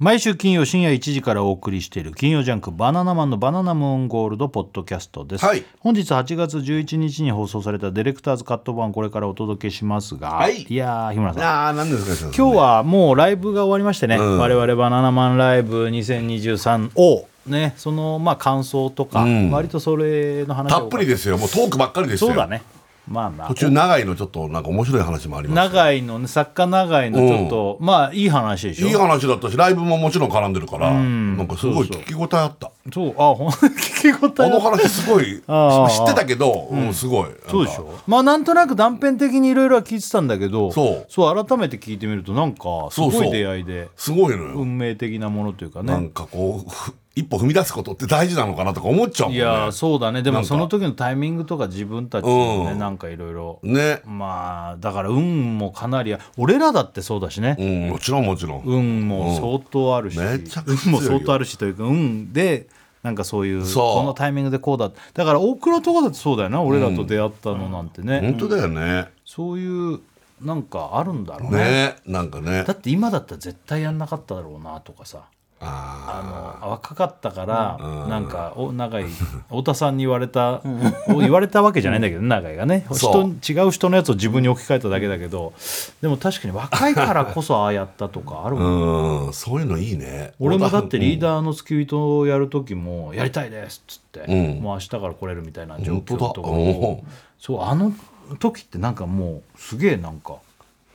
毎週金曜深夜1時からお送りしている金曜ジャンクバナナマンのバナナムーンゴールドポッドキャストです、 はい、 本日8月11日に放送されたディレクターズカット版これからお届けしますが、 はい、 いやー日村さん、 何ですか今日はもうライブが終わりましてね、我々バナナマンライブ2023をね、その感想とか、割とそれの話をたっぷりですよ。もうトークばっかりですよ。 そうだね。まあな、 途中長井のちょっとなんか面白い話もあります、 長井のね、作家長井のちょっと、いい話でしょ。 いい話だったし、ライブももちろん絡んでるから、なんかすごい聞き応えあった。 そう、ほんとに聞き応えあった。 この話すごい知ってたけど、すごい。 そうでしょ。なんとなく断片的にいろいろは聞いてたんだけど、そう改めて聞いてみるとなんかすごい出会いで、 すごいのよ。 運命的なものというかね。 なんかこう一歩踏み出すことって大事なのかなとか思っちゃうもんね。 いやそうだね。でもその時のタイミングとか自分たちのね、なんかいろいろね、だから運もかなり、俺らだってそうだしね、 もちろんもちろん運も相当あるし、 めちゃくちゃ運も相当あるしというか、運でなんかそういうこのタイミングでこうだ、だから大倉とかだってそうだよな、俺らと出会ったのなんてね、 本当だよね。 そういうなんかあるんだろうね。 なんかね、 だって今だったら絶対やんなかっただろうなとかさ、若かったから、なんか長井太田さんに言われたわけじゃないんだけど、長井がね、違う人のやつを自分に置き換えただけだけど、でも確かに若いからこそああやったとかあるもん。 そういうのいいね。 俺もだってリーダーの付き人をやる時もやりたいですっつって、もう明日から来れるみたいな状況とかを、そうあの時ってなんかもうすげえなんか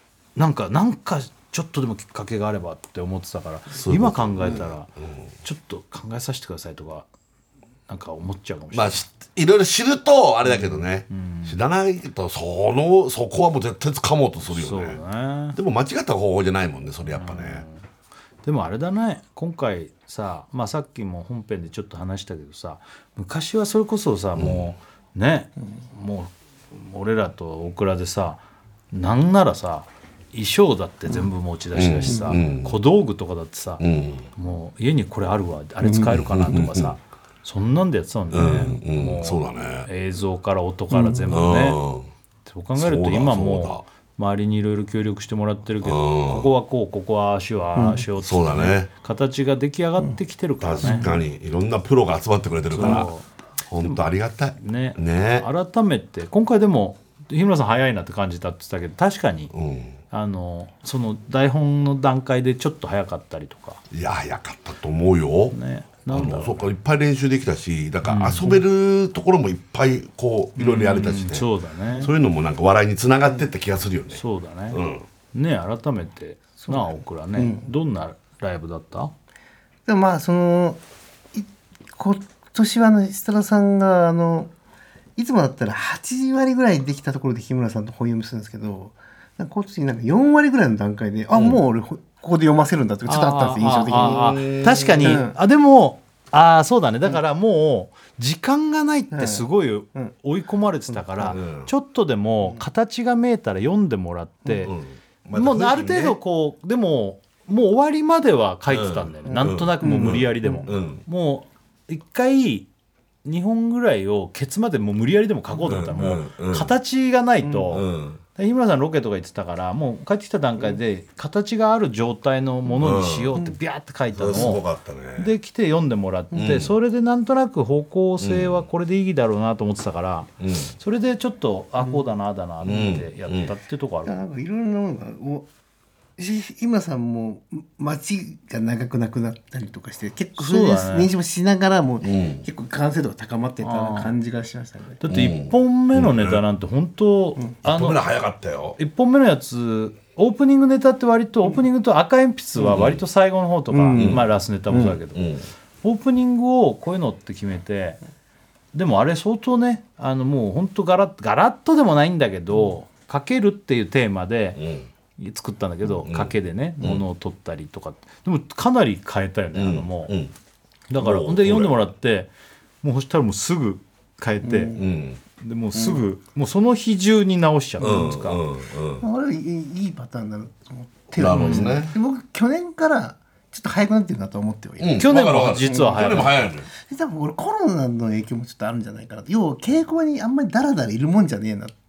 ちょっとでもきっかけがあればって思ってたから、今考えたらちょっと考えさせてくださいとかなんか思っちゃうかもしれない。 いろいろ知るとあれだけどね、知らないとそこはもう絶対掴もうとするよね。そうね。でも間違った方法じゃないもんね、それやっぱね。 でもあれだね、今回さ、さっきも本編でちょっと話したけどさ、昔はそれこそさ、もうね、もう俺らと大倉でさ、なんならさ衣装だって全部持ち出しだしさ、小道具とかだってさ、もう家にこれあるわ、あれ使えるかなとかさ、そんなんでやってたんだね。もうそうだね。 映像から音から全部ね。そう考えると今もう周りにいろいろ協力してもらってるけど、ここはこう、ここは足は足をって形が出来上がってきてるからね。 確かにいろんなプロが集まってくれてるから本当ありがたいね。改めて今回でも日村さん早いなって感じたって言ったけど、確かに、その台本の段階でちょっと早かったりとか。 いや早かったと思うよ、そうか、いっぱい練習できたし、だから遊べるところもいっぱいこういろいろやれたしね、 そうだね。 そういうのもなんか笑いにつながってった気がするよね。 そうだね、改めてなあ大倉ね、どんなライブだった？ でも今年は設楽さんがいつもだったら8割ぐらいできたところで日村さんと本読みするんですけど、今年なんか4割ぐらいの段階で、もう俺ここで読ませるんだってちょっとあったんですよ、印象的に。 確かに、でもそうだね。だからもう時間がないってすごい追い込まれてたから、ちょっとでも形が見えたら読んでもらって、もうある程度こうでももう終わりまでは書いてたんだよね、なんとなくもう無理やりでも、もう一回2本ぐらいをケツまでもう無理やりでも書こうと思ったら、もう形がないと、日村さんロケとか言ってたから、もう帰ってきた段階で形がある状態のものにしようってビャーって書いたのを、で来て読んでもらって、それでなんとなく方向性はこれでいいだろうなと思ってたから、それでちょっとこうだなああだなってやったっていうところある。 なんかいろんなものが日村さんも待ちが長くなくなったりとかして、結構それで練習もしながらも結構完成度が高まってた感じがしましたね。 だって1本目のネタなんて本当、 1本目の早かったよ。 1本目のやつオープニングネタって割とオープニングと赤鉛筆は割と最後の方とか、ラスネタもそうだけど、オープニングをこういうのって決めて、でもあれ相当ね、もう本当ガラッとでもないんだけど、かけるっていうテーマで作ったんだけど、賭けでね物を取ったりとか、でもかなり変えたよね、もうだからほんで読んでもらって、もうそしたらもうすぐ変えて、でもうすぐ、もうその日中に直しちゃったんですか。 あれいいパターンだなと思ってるんですね。僕去年からちょっと早くなってるなと思ってはいる。 去年も実は早い。 多分俺コロナの影響もちょっとあるんじゃないかなと。要は稽古場にあんまりダラダラいるもんじゃねえなって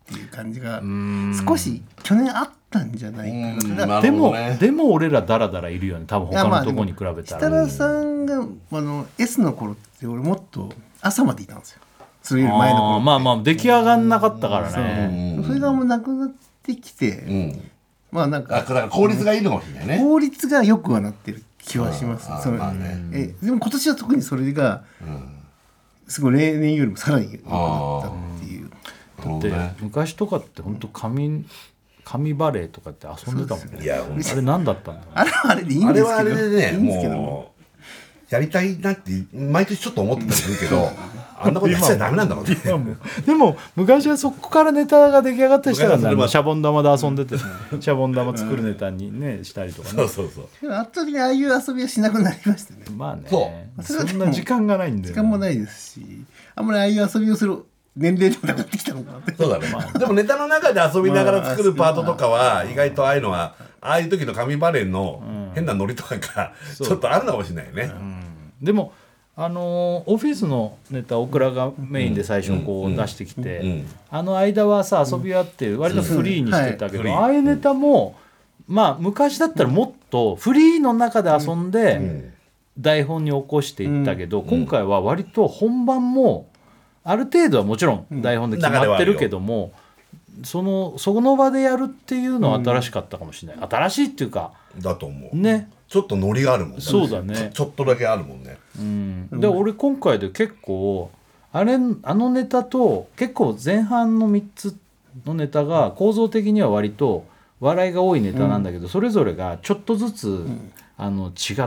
っていう感じが少し去年あったんじゃないかな。 でも俺らダラダラいるよね多分他のとこに比べたら。 設楽さんがS の頃って俺もっと朝までいたんですよ。それより前の頃まあ出来上がんなかったからね。 それがもうなくなってきて、まあなんかだから効率がいいのかもしれないね。 効率が良くはなってる気はします。でも今年は特にそれがすごい例年よりもさらに良くなったっていう。 だって昔とかって本当紙バレーとかって遊んでたもんね。 いやあれ何だったんだろう。 あれでいいんですけど。 あれはあれでねもうやりたいなって毎年ちょっと思ってたりするけど。あんなことやっちゃダメなんだろうね。 でも昔はそこからネタが出来上がったりしたからね。シャボン玉で遊んでてシャボン玉作るネタにねしたりとかね。 そうでも圧倒的にああいう遊びはしなくなりましたね。 まあねそんな時間がないんで、 時間もないですし、あんまりああいう遊びをする年齢でもなくなってきたのかなって。 そうだね。でもネタの中で遊びながら作るパートとかは意外とああいうのはああいう時の紙バレーの変なノリとかがちょっとあるのかもしれないね。 でもオフィスのネタオクラがメインで最初こう出してきて、間はさ遊びあって割とフリーにしてたけど、ああいうネタもまあ昔だったらもっとフリーの中で遊んで台本に起こしていったけど、今回は割と本番もある程度はもちろん台本で決まってるけども、その場でやるっていうのは新しかったかもしれない。新しいっていうかだと思うね。 ちょっとノリがあるもんね。 そうだね。 ちょっとだけあるもんね。 で俺今回で結構あのネタと結構前半の3つのネタが構造的には割と笑いが多いネタなんだけど、それぞれがちょっとずつ違って、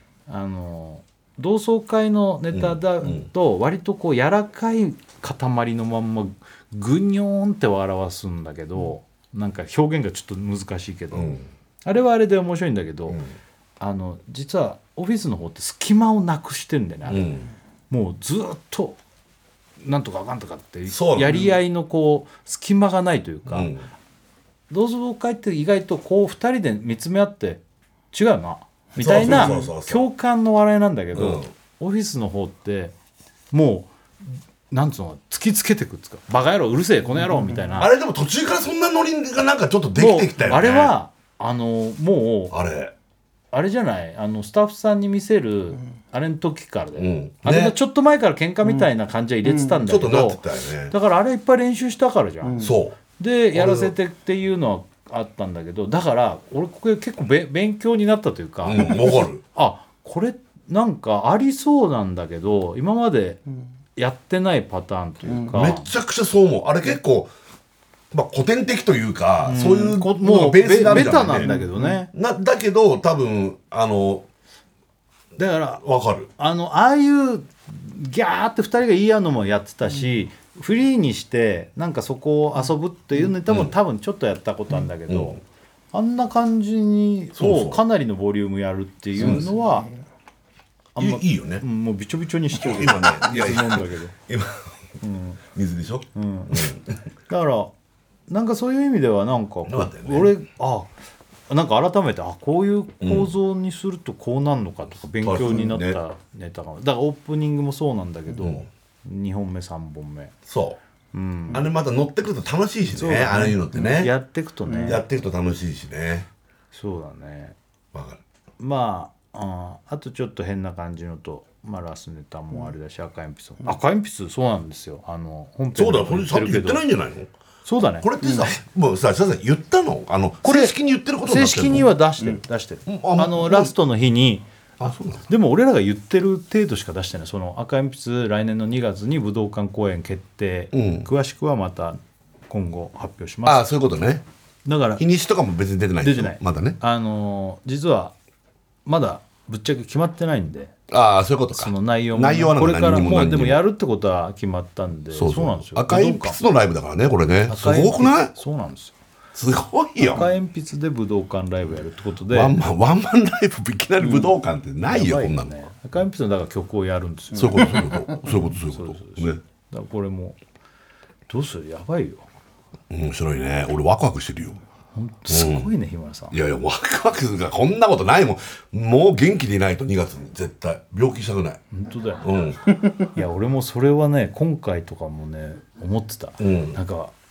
同窓会のネタだと割とこう柔らかい塊のまんまグニョーンって笑わすんだけど、なんか表現がちょっと難しいけど、あれはあれで面白いんだけど、実はオフィスの方って隙間をなくしてんだよね、あれ。もうずっとなんとかかんとかってやり合いのこう隙間がないというか、同窓会って意外とこう2人で見つめ合って違うなみたいな共感の笑いなんだけど、オフィスの方ってもうなんつうの突きつけてくっつか、バカ野郎うるせえこの野郎みたいな。 あれでも途中からそんなノリがなんかちょっとできてきたよね。 あれはもうあれじゃない、スタッフさんに見せるあれの時からで、あれのちょっと前から喧嘩みたいな感じは入れてたんだけど、だからあれいっぱい練習したからじゃん。でやらせてっていうのはあったんだけど、だから俺ここで結構勉強になったというか、 わかる。 あこれなんかありそうなんだけど今までやってないパターンというか、 めちゃくちゃそう思う。あれ結構古典的というか、そういうもうベースがあるじゃんね。ベタなんだけどね。だけど多分だから分かる。 ああいうギャーって2人が言い合うのもやってたし、フリーにしてなんかそこを遊ぶっていうネタも多分ちょっとやったことあるんだけど、あんな感じにかなりのボリュームやるっていうのは。 いいよね。 もうびちょびちょにしてる今ね。 いやなんだけど今水でしょ。 だからなんかそういう意味ではなんか俺なんか改めてこういう構造にするとこうなるのかとか勉強になったネタが、だからオープニングもそうなんだけど、2本目3本目あれまた乗ってくると楽しいしね、ああいうのってね。 やっていくと楽しいしね。 そうだね。 わかる。 まああとちょっと変な感じのと、ラスネタもあれだし、赤鉛筆そうなんですよ。本編そうだ、それさっき言ってないんじゃないの。 そうだね。 これってさ、もうさ、言ったの？正式に言ってることになってるの？正式には出してる。ラストの日に。でも俺らが言ってる程度しか出してない。その赤鉛筆来年の2月に武道館公演決定。詳しくはまた今後発表します。 そういうことね。だから日にちとかも別に出てない。出てない。まだね。 実はまだぶっちゃけ決まってないんで。 そういうことか。 その内容もこれからもうでもやるってことは決まったんで。そうなんですよ。 赤鉛筆のライブだからね、これね。すごくない？ そうなんですよ。 すごいよ。 赤鉛筆で武道館ライブやるってことで、 ワンマンライブいきなり武道館ってないよ、こんなの。 赤鉛筆のだから曲をやるんですよ。 そういうことね。 だからこれもどうする？やばいよ。 面白いね。俺ワクワクしてるよ。 すごいね、日村さん。 いやワクワクがこんなことないもん。もう元気でいないと2月に絶対病気したくない。 本当だよ。いや俺もそれはね、今回とかもね思ってた。なんか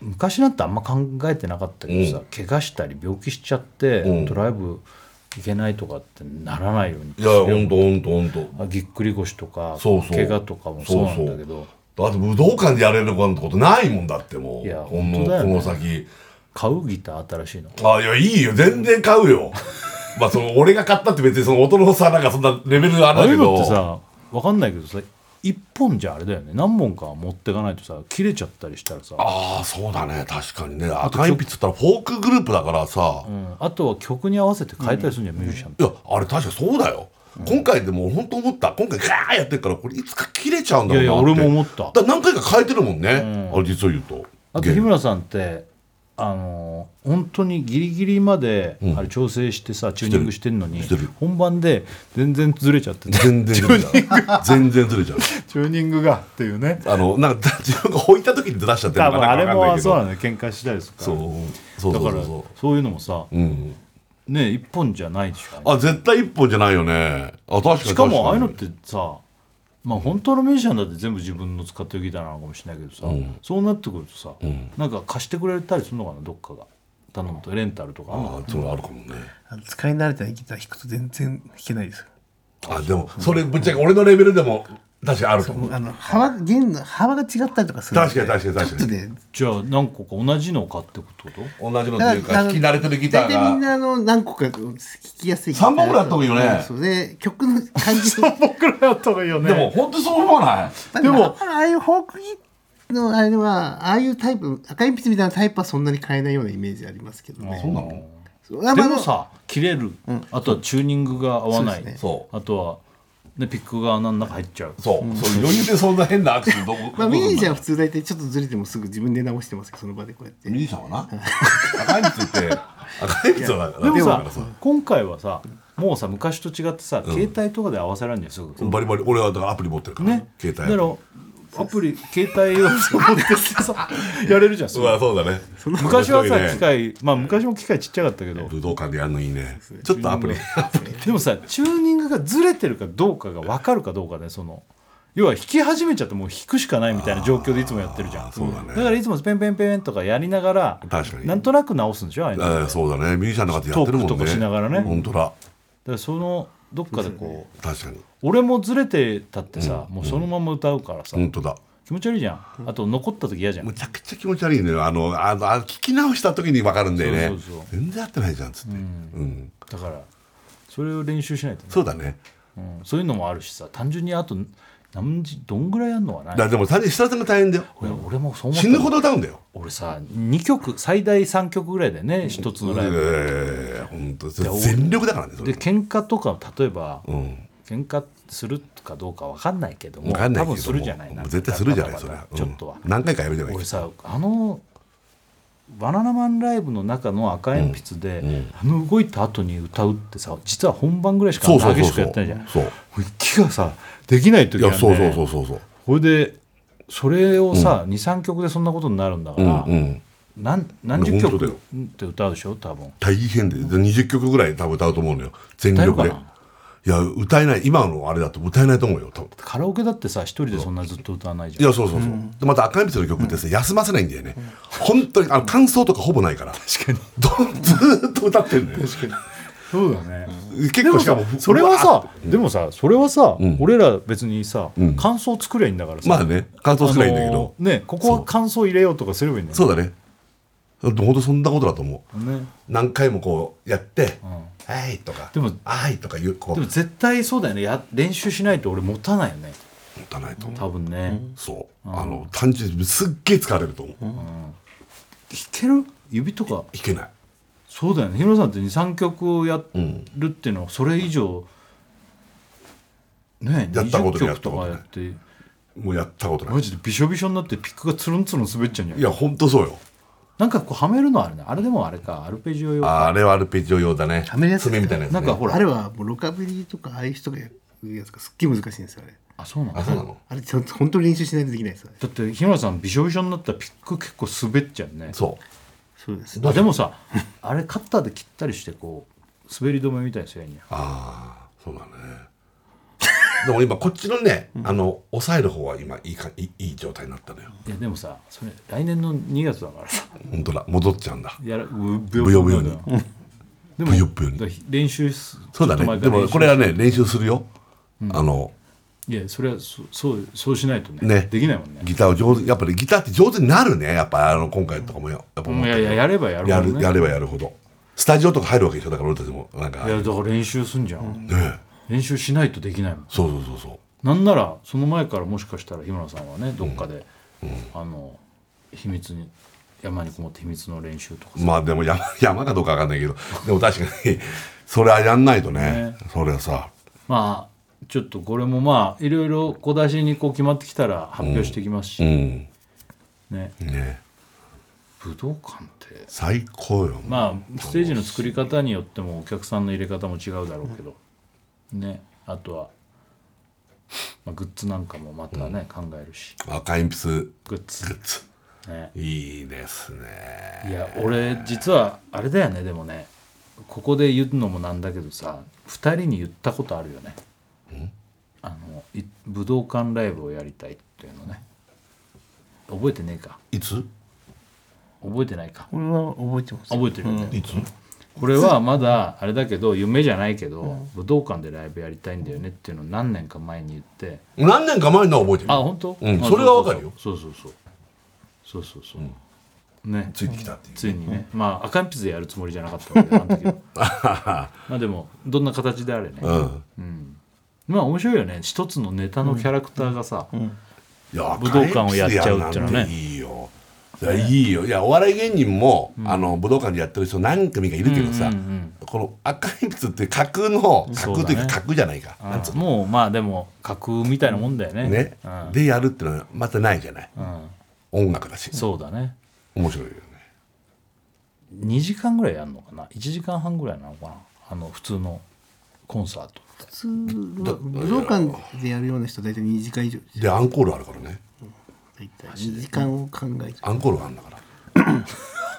昔なんてあんま考えてなかったけどさ、怪我したり病気しちゃって、ドライブ行けないとかってならないように。 いやほんとぎっくり腰とかそう怪我とかもそうなんだけど、 だって武道館でやれることないもんだってもう。 いやこ本当だよね。 の先買うギター新しいの。 いやいいよ全然買うよまあ俺が買ったって別にその音のさなんかそんなレベルあるああいうけどのってさ分かんないけどさ、一本じゃあれだよね、何本か持ってかないとさ切れちゃったりしたらさ、 そうだね確かにね。赤鉛筆っつったらフォークグループだからさ、 あとは曲に合わせて変えたりするんじゃん、ミュージシャンって。 いやあれ確かにそうだよ、今回でも本当思った。今回ガーやってるからこれいつか切れちゃうんだろうなって。 いやいや俺も思った。 だから何回か変えてるもんね、あれ実を言うと。 あと日村さんって本当にギリギリまであれ調整してさ、チューニングしてるのに本番で全然ずれちゃって全然ずれちゃう全然ずれちゃうチューニングがっていうね。 なんか自分が置いた時に出しちゃってるのかな。 あれもそうなのね、喧嘩したりするから。 そうだからそういうのもさ、ね一本じゃないでしょ。 絶対一本じゃないよね。確かに。 しかもああいうのってさ、まあ本当のミュージシャンだって全部自分の使ってるギターなのかもしれないけどさ、そうなってくるとさ、なんか貸してくれたりするのかな、どっかが頼むとレンタルとか。 そうあるかもね。 使い慣れたギター弾くと全然弾けないですよ。 でもそれぶっちゃけ俺のレベルでも確かにあると思う。 弦の幅が違ったりとかするんで。 確かにちょっとね、 じゃあ何個か同じのを買っていくってこと？ 同じのっていうか弾き慣れてるギター大体みんがな何個か弾きやすい。 3本ぐらいあった方がいいよね。 そうで曲の感じ 3本くらいあった方がいいよね。 でも本当にそう思わない？ でもああいうフォークギのあれはああいうタイプ、赤鉛筆みたいなタイプはそんなに変えないようなイメージありますけどね。 そうなの？ でもさ切れる、あとはチューニングが合わない、 そうあとはねピックが穴の中入っちゃう。 そう余裕でそんな変なアクシデントまあミュージシャンは普通大体ちょっとずれてもすぐ自分で直してますけど、その場でこうやって。 ミュージシャンはな赤鉛筆って赤鉛筆はでもさ今回はさもうさ昔と違ってさ、携帯とかで合わせられるんですよ。 バリバリ俺はだからアプリ持ってるからね、 携帯だからアプリ携帯を持ってさやれるじゃん。 そうだね。 昔はさ機械、まあ昔も機械ちっちゃかったけど武道館でやるのいいね。ちょっとアプリでもさチューニングがずれてるかどうかが分かるかどうかで、その要は弾き始めちゃってもう弾くしかないみたいな状況でいつもやってるじゃん。 そうだね。 だからいつもペンペンペンとかやりながら確かになんとなく直すんでしょ、ああいうの。 そうだね。ミュージシャンの方やってるもんね。 トークとかしながらね。 本当だ。 だからそのどっかでこう、 確かに俺もずれてたってさ、もうそのまま歌うからさ、 本当だ。 気持ち悪いじゃん。あと残った時嫌じゃん。 むちゃくちゃ気持ち悪いね。聞き直した時に分かるんだよね。 そう全然合ってないじゃんっつって。 だからそれを練習しないとね。 そうだね。 そういうのもあるしさ、単純にあとどんぐらいやるのはない。 でも単純に設楽さんが大変だよ。 俺もそう思った。 死ぬほど歌うんだよ。 俺さ2曲最大3曲ぐらいだよね、一つのライブ。 本当全力だからね。 で喧嘩とか例えば、喧嘩するかどうか分かんないけども、多分するじゃないな。 絶対するじゃないそれ。 ちょっとは何回かやるじゃない。 俺さバナナマンライブの中の赤鉛筆で、動いた後に歌うってさ、実は本番ぐらいしか激しくやってないじゃん。息がさできない時はね。 そうこれでそれをさ、23曲でそんなことになるんだから、何十曲って歌うでしょ多分。 大変で20曲ぐらい多分歌うと思うのよ、全力で。いや歌えない、今のあれだと歌えないと思うよ多分。 カラオケだってさ一人でそんなずっと歌わないじゃん。 いやそうでまた赤鉛筆の曲ってさ、休ませないんだよね。本当に感想とかほぼないから。 確かにずっと歌ってるんだよ。 確かにそうだね。 結構しかもそれはさ、でもさそれはさ、俺ら別にさ感想作りゃいいんだからさ。 まあね、感想作りゃいいんだけどね、ここは感想入れようとかすればいいんだよ。 そうだね。本当そんなことだと思う。何回もこうやって「はい」とか「はい」とか言う。 でも絶対そうだよね。練習しないと俺持たないよね。 持たないと思う多分ね。 そう単純にすっげえ疲れると思う。 弾ける？指とか弾けない。 そうだよね。日村さんって23曲やるっていうのはそれ以上ね、20曲とかやってもうやったことない。 マジでびしょびしょになってピックがつるんつるん滑っちゃうんじゃん。 いや本当そうよ。 なんかこうはめるのあれね。あれでもあれか、アルペジオ用か。あれはアルペジオ用だね。 はめるやつ爪みたいなやつね。 なんかほらあれはもうロカビリーとかああいう人がやるやつがすっげえ難しいんですよあれ。 あ、そうなの。 あ、そうなの。 あれちょっと本当に練習しないとできないですよ。 だって日村さんびしょびしょになったらピック結構滑っちゃうね。 そうです。 あ、でもさあれカッターで切ったりしてこう滑り止めみたいにするんや。 ああそうだね。 でも今こっちのね抑える方は今いい状態になったのよ。 いやでもさそれ来年の2月だからさ本当だ戻っちゃうんだ。 ブヨブヨにでもブヨブヨに練習そうだね。でもこれはね練習するよ。 いやそれはそうしないとねできないもんね。 ギターを上手やっぱりギターって上手になるねやっぱ今回とかもやっぱいややればやるほどね。 やればやるほどスタジオとか入るわけでしょ。だから俺たちもなんかいやだから練習すんじゃん、 ね練習しないとできないもん。 そうなんならその前からもしかしたら日村さんはねどっかで、秘密に山にこもって秘密の練習とかまあでも山かどうかわかんないけどでも確かにそれはやんないとねそれはさまあちょっとこれもまあいろいろ小出しにこう決まってきたら発表してきますし、ね武道館って最高よ。 まあステージの作り方によってもお客さんの入れ方も違うだろうけど、ねあとは、グッズなんかもまたね、考えるし赤鉛筆グッズね、 いいですね。 いや俺実はあれだよね。でもねここで言うのもなんだけどさ2人に言ったことあるよね。武道館ライブをやりたいっていうのね。覚えてねえか。 いつ覚えてないか。 これは覚えてます。 覚えてるよね、 いつこれはまだあれだけど夢じゃないけど、武道館でライブやりたいんだよねっていうのを何年か前に言って。 何年か前のは覚えてる。 あ本当？ それはわかるよ。 そう、ね、 ついに来たっていう。 ついにね、まあ赤鉛筆でやるつもりじゃなかったわけなんだけどまあでもどんな形であれね、まあ面白いよね。一つのネタのキャラクターがさ、 いや武道館をやっちゃうっていうのはねいいよ。いいよ。いやお笑い芸人も武道館でやってる人何組かいるけどさ、この赤鉛筆って架空の架空というか架空じゃないか。 もうまあでも架空みたいなもんだよね。 ねでやるってのはまたないじゃない。音楽だし。 そうだね。 面白いよね。 2時間ぐらいやるのかな。1時間半ぐらいなのかな。普通のコンサート。 普通の武道館でやるような人は大体2時間以上でアンコールあるからね。 大体2時間を考えてアンコールがあるんだから。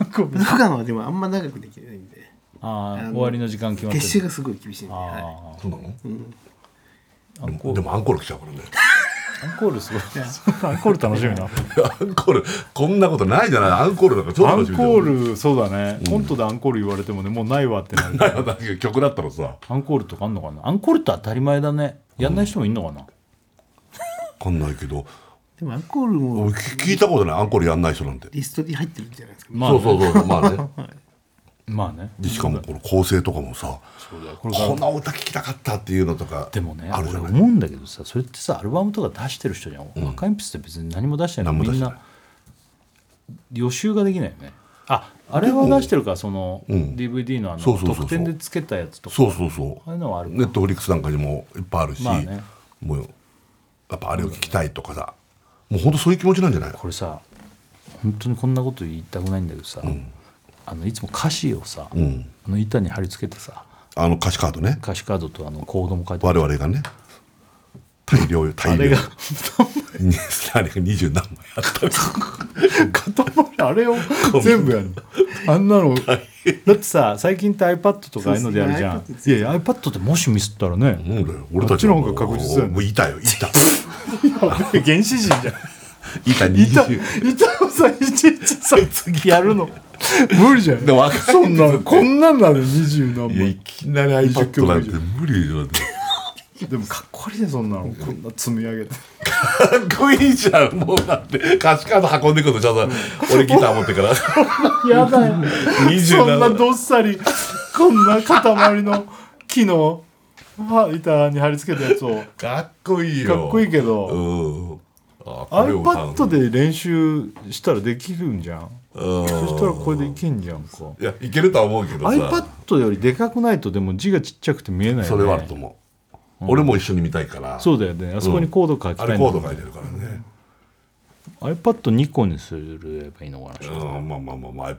武道館はでもあんま長くできないんで終わりの時間決まってる。 撤収がすごい厳しいんで、 そうなの？でもアンコール来ちゃうからね。 アンコールすごい。アンコール楽しみな。 アンコールこんなことないじゃない。アンコールなんか超楽しみ。 アンコールそうだね。コントでアンコール言われてもねもうないわってなる。 ないわだけど曲だったらさ。 アンコールとかあんのかな。アンコールって当たり前だね。やんない人もいんのかな。 わかんないけど。 でもアンコールも聞いたことない。アンコールやんない人なんてリストに入ってるんじゃないですか。 そうまあねまあね。 でしかもこの構成とかもさこの歌聴きたかったっていうのとかでもね俺あるじゃない。 思うんだけどさそれってさアルバムとか出してる人じゃん。赤鉛筆って別に何も出してないのみんな予習ができないよね。あれは出してるからその DVD の特典でつけたやつとかそうああいうのはあるか。 ネットフリックスなんかにもいっぱいあるしまあねもうやっぱあれを聴きたいとかさもう本当そういう気持ちなんじゃない。 これさ本当にこんなこと言いたくないんだけどさいつも歌詞をさ板に貼り付けてさ歌詞カードね。 歌詞カードとコードも書いてある。 我々がね大量あれがあれが20何枚あった塊あれを全部やるの。あんなのだってさ最近って iPad とかああいうのでやるじゃん。いやいや iPad ってもしミスったらね俺たちの方が確実だよね。 もういたよ原始人じゃん。 板をさいちいちさ次やるの無理じゃん。 でもそんなこんなんなの20何枚。 いきなり iPad なんて無理よ。 でもかっこいいねそんなのこんな積み上げて。 かっこいいじゃん。もうだって歌詞カード運んでくるとちゃんと俺ギター持ってからやだよそんなどっさりこんな塊の木の板に貼り付けたやつをかっこいいよ。 かっこいいけどiPad で練習したらできるんじゃん。そしたらこれでいけんじゃんか。 いやいけるとは思うけどさ iPad よりでかくないとでも字がちっちゃくて見えないよね。 それはあると思う。俺も一緒に見たいからそうだよね。あそこにコード書きたいんだあれコード書いてるからね。 iPad2 個にすればいいのかな。 まあ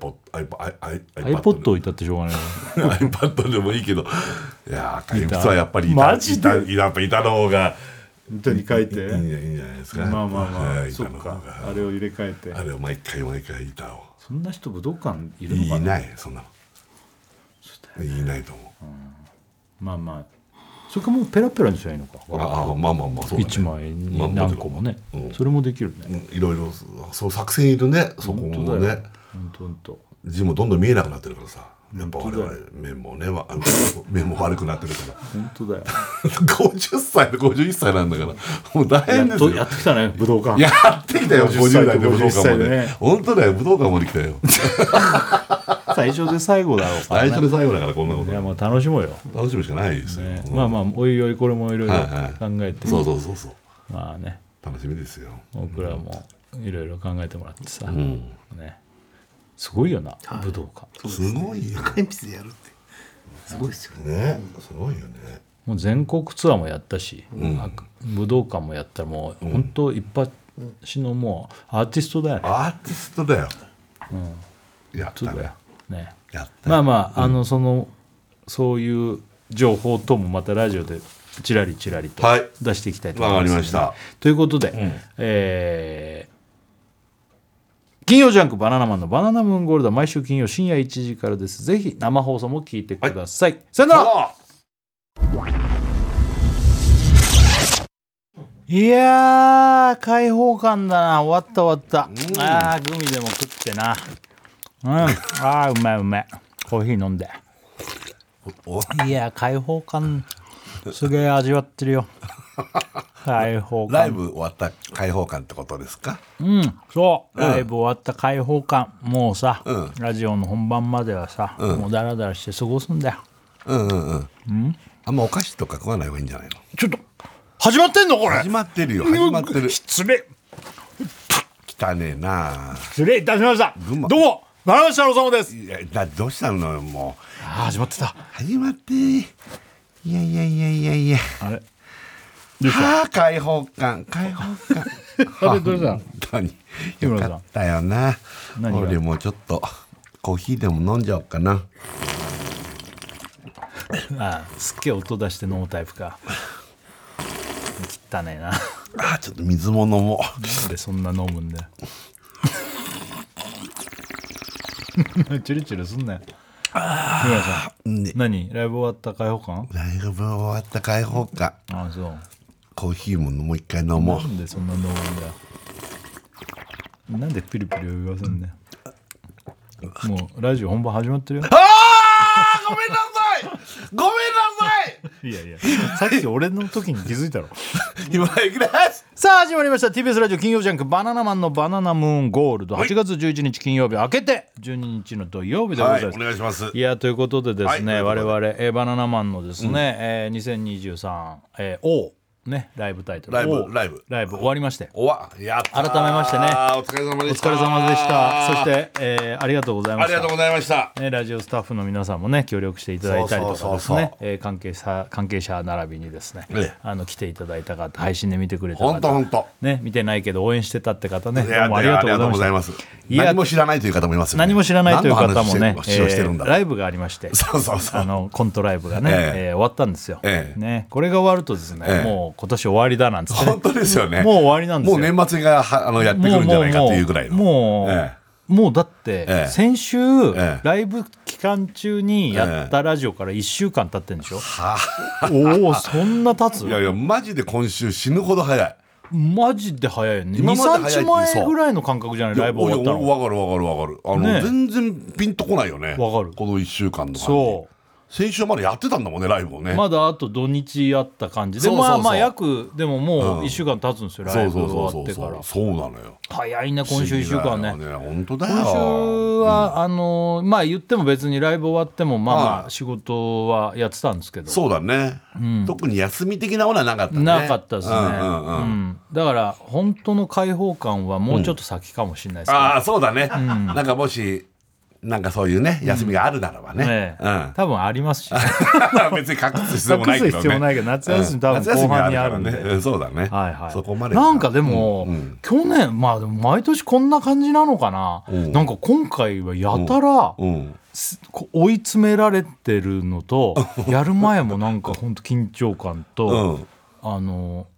iPod 置いたってしょうがない。 iPad でもいいけどいや赤い靴はやっぱりマジでやっぱ板の方が板に書いていいんじゃないですか。 まあはいそっかあれを入れ替えてあれを毎回板を。 そんな人武道館いるのかな。 いないそんなのいないと思う。 まあそれかもうペラペラにすればいいのか。 まあそうだね。 1枚に何個もね、それもできるね。 いろいろそう作戦いるね、そこもね。 本当字もどんどん見えなくなってるからさ。やっぱ我々目もね目も悪くなってるから。 本当だよ。 50歳と51歳なんだからもう大変ですよ。 やってきたね、武道館。 やってきたよ、50代で武道館まで。本当だよ、武道館まで来たよ。 最初で最後だろうからね。 最初で最後だからこんなこと。 いや、もう楽しもうよ。 楽しむしかないですよ。 まあおいおいこれもいろいろ考えて。 そう。 まあね。 楽しみですよ。 僕らもいろいろ考えてもらってさ。ね。すごいよな、武道館。 すごいよ。 赤鉛筆でやるってすごいですよね。すごいよね。 もう全国ツアーもやったし、武道館もやったらもう本当一発のもうアーティストだよね。 アーティストだよ。やったね。 やった。 まあそういう情報等もまたラジオでチラリと出していきたいと思います。 わかりました。 ということで、金曜ジャンクバナナマンのバナナムーンゴールドは毎週金曜深夜1時からです。ぜひ生放送も聞いてください。さよなら。いやー、開放感だな。終わった。グミでも食ってな。うまい。コーヒー飲んで。いや、開放感すげえ味わってるよ。開放感。 ライブ終わった開放感ってことですか？ そう、ライブ終わった開放感。もうさ、ラジオの本番まではさ、もうダラダラして過ごすんだよ。 あんまお菓子とか食わない方がいいんじゃないの？ ちょっと始まってんのこれ？ 始まってるよ。始まってる。 失礼汚ねえな。 失礼いたしました。どうもバナナマンシャロ様です。 いやどうしたのよもう。 始まってた。 始まって。いや。 あれ開放感。 あれどうした？ 本当によかったよな。俺もちょっとコーヒーでも飲んじゃおうかな。 すっげえ音出して飲むタイプか。汚ねえな。 ちょっと水も飲もう。 なんでそんな飲むんだよ。チュルチュルすんなよ。日村さん、何ライブ終わった開放感？ ライブ終わった開放感。 そう。 コーヒーももう一回飲もう。 なんでそんな飲むんだよ。なんでピリピリ言わせんだよ。もうラジオ本番始まってるよ。 ごめんなさい。 いやさっき俺の時に気づいたろ。 今行きます。 さあ始まりました TBS ラジオ金曜ジャンクバナナマンのバナナムーンゴールド、8月11日金曜日明けて12日の土曜日でございます。 お願いします。 いやということでですね、我々バナナマンのですね、2023Oね、ライブタイトルライブ終わりまして、 やった改めましてね、 お疲れ様でした。 お疲れ様でした。そして、ありがとうございました。 ありがとうございました。 ラジオスタッフの皆さんもね協力していただいたりとかですね、関係者並びにですね、来ていただいた方、配信で見てくれた方、 本当ね、見てないけど応援してたって方ね、どうもありがとうございます。 何も知らないという方もいますよね。 何も知らないという方もね、ライブがありまして、コントライブがね、終わったんですよ。ね、これが終わるとですね、もう今年終わりだなんつって、 本当ですよね。 もう終わりなんですよ。 もう年末がやってくるんじゃないかっていうぐらいの。 もうだって先週ライブ期間中にやったラジオから1週間経ってんでしょ。そんな経つ？ いやマジで今週死ぬほど早い。 マジで早いよね。 2,3 日前ぐらいの感覚じゃない？ライブ終わったの。 わかる。全然ピンとこないよね。 わかる。 この1週間の感じ。 そう、 先週までやってたんだもんね、ライブをね。 まだあと土日やった感じで、まあ約でももう1週間経つんですよ、ライブ終わってから。そうなのよ。早いね、今週1週間ね。 本当だよ。 今週はまあ言っても別にライブ終わってもまあ仕事はやってたんですけど。そうだね、特に休み的なものはなかったね。 なかったですね。だから本当の開放感はもうちょっと先かもしれないですね。 そうだね。なんかもしなんかそういうね休みがあるならばね、 多分ありますし、 別に隠す必要もないけどね。 夏休み多分後半にあるんで。 そうだね。そこまでなんかでも去年まあでも毎年こんな感じなのかな。なんか今回はやたら追い詰められてるのと、やる前もなんか本当緊張感と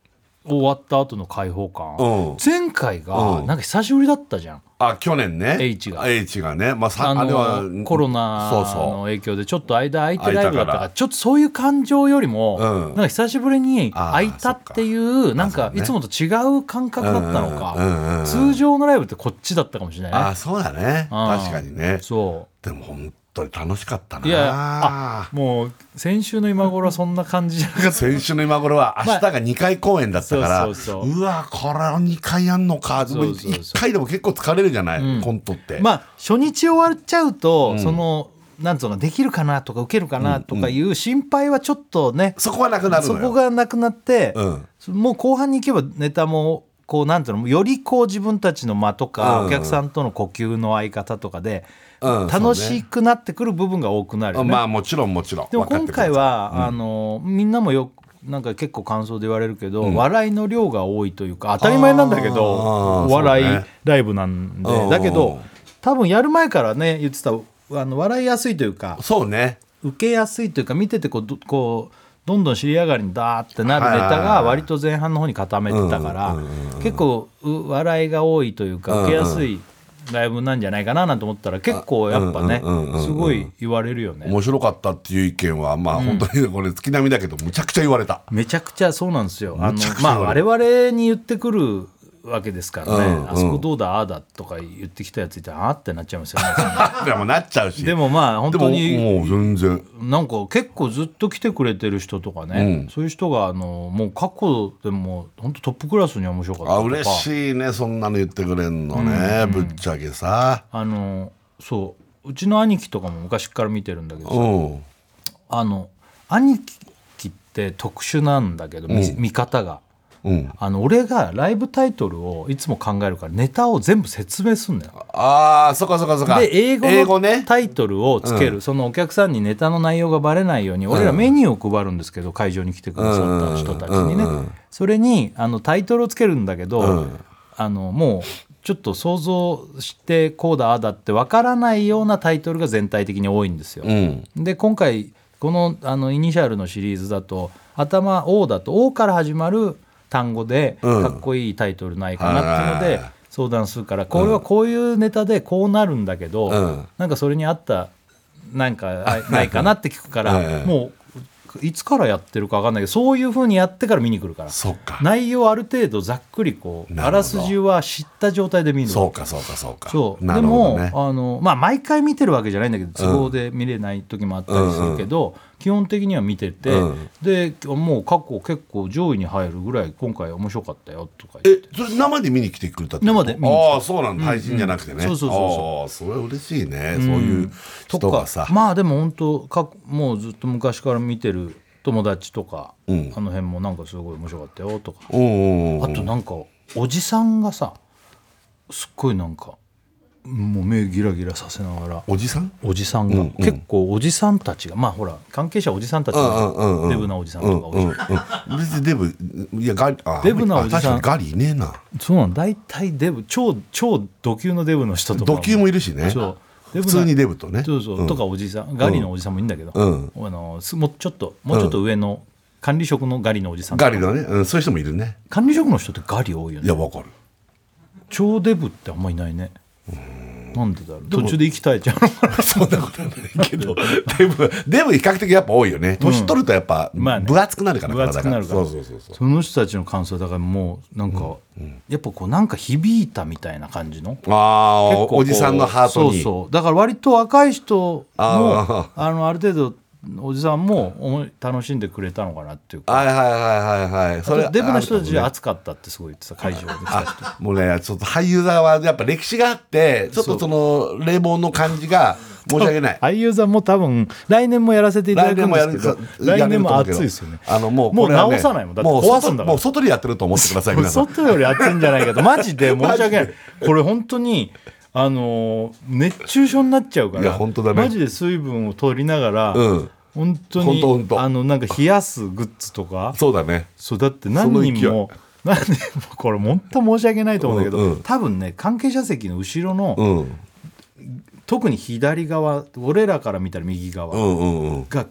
終わった後の開放感、 うん前回がなんか久しぶりだったじゃん、 去年ね H がね、まあ、あれはコロナの影響でちょっと間空いてライブだったからちょっとそういう感情よりも、なんか久しぶりに空いたっていうなんかいつもと違う感覚だったのか、通常のライブってこっちだったかもしれないね。 そうだね、確かにね。 そうでも本当に楽しかったな。 いやもう先週の今頃はそんな感じじゃなかった。 先週の今頃は明日が2回公演だったから、 うわこれは2回やんのか、1回でも結構疲れるじゃない、コントって。 まあ初日終わっちゃうと、そのなんつうのできるかなとか受けるかなとかいう心配はちょっとね、 そこはなくなるのよ。 そこがなくなって、もう後半に行けばネタもこうなんていうのよりこう自分たちの間とか、お客さんとの呼吸の合い方とかで、楽しくなってくる部分が多くなるよね。 まあもちろんでも今回は、みんなもなんか結構感想で言われるけど、笑いの量が多いというか当たり前なんだけどお笑いライブなんで、だけど多分やる前からね言ってた笑いやすいというか、 そうね、 受けやすいというか、見ててこうどんどん尻上がりにダーってなるネタが割と前半の方に固めてたから、結構笑いが多いというか受けやすいライブなんじゃないかななんて思ったら、結構やっぱねすごい言われるよね。 面白かったっていう意見はまあ本当にこれ月並みだけどむちゃくちゃ言われた。 めちゃくちゃそうなんですよ。まあ我々に言ってくるわけですからね、あそこどうだああだとか言ってきたやついてあってなっちゃいますよね。 でもなっちゃうし。 でもまあ本当にもう全然なんか結構ずっと来てくれてる人とかね、そういう人がもう過去でも本当トップクラスに面白かったとか。 嬉しいね、そんなの言ってくれんのね、ぶっちゃけさ。 そううちの兄貴とかも昔から見てるんだけどさ、兄貴って特殊なんだけど、見方が。俺がライブタイトルをいつも考えるからネタを全部説明すんだよ。 そこそこそこ。 で英語のタイトルをつける、そのお客さんにネタの内容がバレないように俺らメニューを配るんですけど、会場に来てくださった人たちにね、それにタイトルをつけるんだけど、もうちょっと想像してこうだああだって分からないようなタイトルが全体的に多いんですよ。で今回このイニシャルのシリーズだと頭 O だと O から始まる単語でかっこいいタイトルないかなっていうので相談するから、これはこういうネタでこうなるんだけど、なんかそれに合ったなんかないかなって聞くからもういつからやってるか分かんないけど、そういう風にやってから見に来るから、内容ある程度ざっくりこうあらすじは知った状態で見る。 そうかでもまあ毎回見てるわけじゃないんだけど、都合で見れない時もあったりするけど、基本的には見てて、でもう過去結構上位に入るぐらい今回面白かったよとか言って。 それ生で見に来てくれたって生で見に来た。 そうなんだ、配信じゃなくてね。それは嬉しいね、そういう人がさ。 まあでも本当もうずっと昔から見てる友達とか、あの辺もなんかすごい面白かったよとか、あとなんかおじさんがさすっごいなんかもう目ギラギラさせながら、 おじさんが、結構おじさんたちがまあほら関係者おじさんたちがデブなおじさんとか別にデブデブなおじさん、 確かにガリいねえな。 そうなん大体デブ超ド級のデブの人とかド級もいるしね。普通にデブとね、 とかおじさん、ガリのおじさんもいいんだけど、もうちょっと上の管理職のガリのおじさん、 ガリのね、そういう人もいるね。 管理職の人ってガリ多いよね。 いやわかる。 超デブってあんまいないね。なんでだろう、途中で行きたいじゃん。 そんなことはないけどデブ比較的やっぱ多いよね。年取るとやっぱ分厚くなるから、 分厚くなるから。その人たちの感想だからもうなんか、やっぱこうなんか響いたみたいな感じの、 おじさんのハートに。 そうだから割と若い人もある程度おじさんも楽しんでくれたのかなっていうか。それデブの人たちは熱かったってすごい言ってた、会場で来た人。 もうねちょっと俳優座はやっぱ歴史があってちょっとその冷房の感じが申し訳ない。 俳優座も多分来年もやらせていただくんですけど、来年も暑いですよね。もう直さないもん、だって壊すんだから。 もう外でやってると思ってください。皆さん外より暑いんじゃないけどマジで申し訳ない。これ本当に熱中症になっちゃうから、マジで水分を取りながら、本当になんか冷やすグッズとか。 そうだね。 そうだって何人もこれ本当申し訳ないと思うんだけど、多分ね関係者席の後ろの、特に左側、俺らから見たら右側が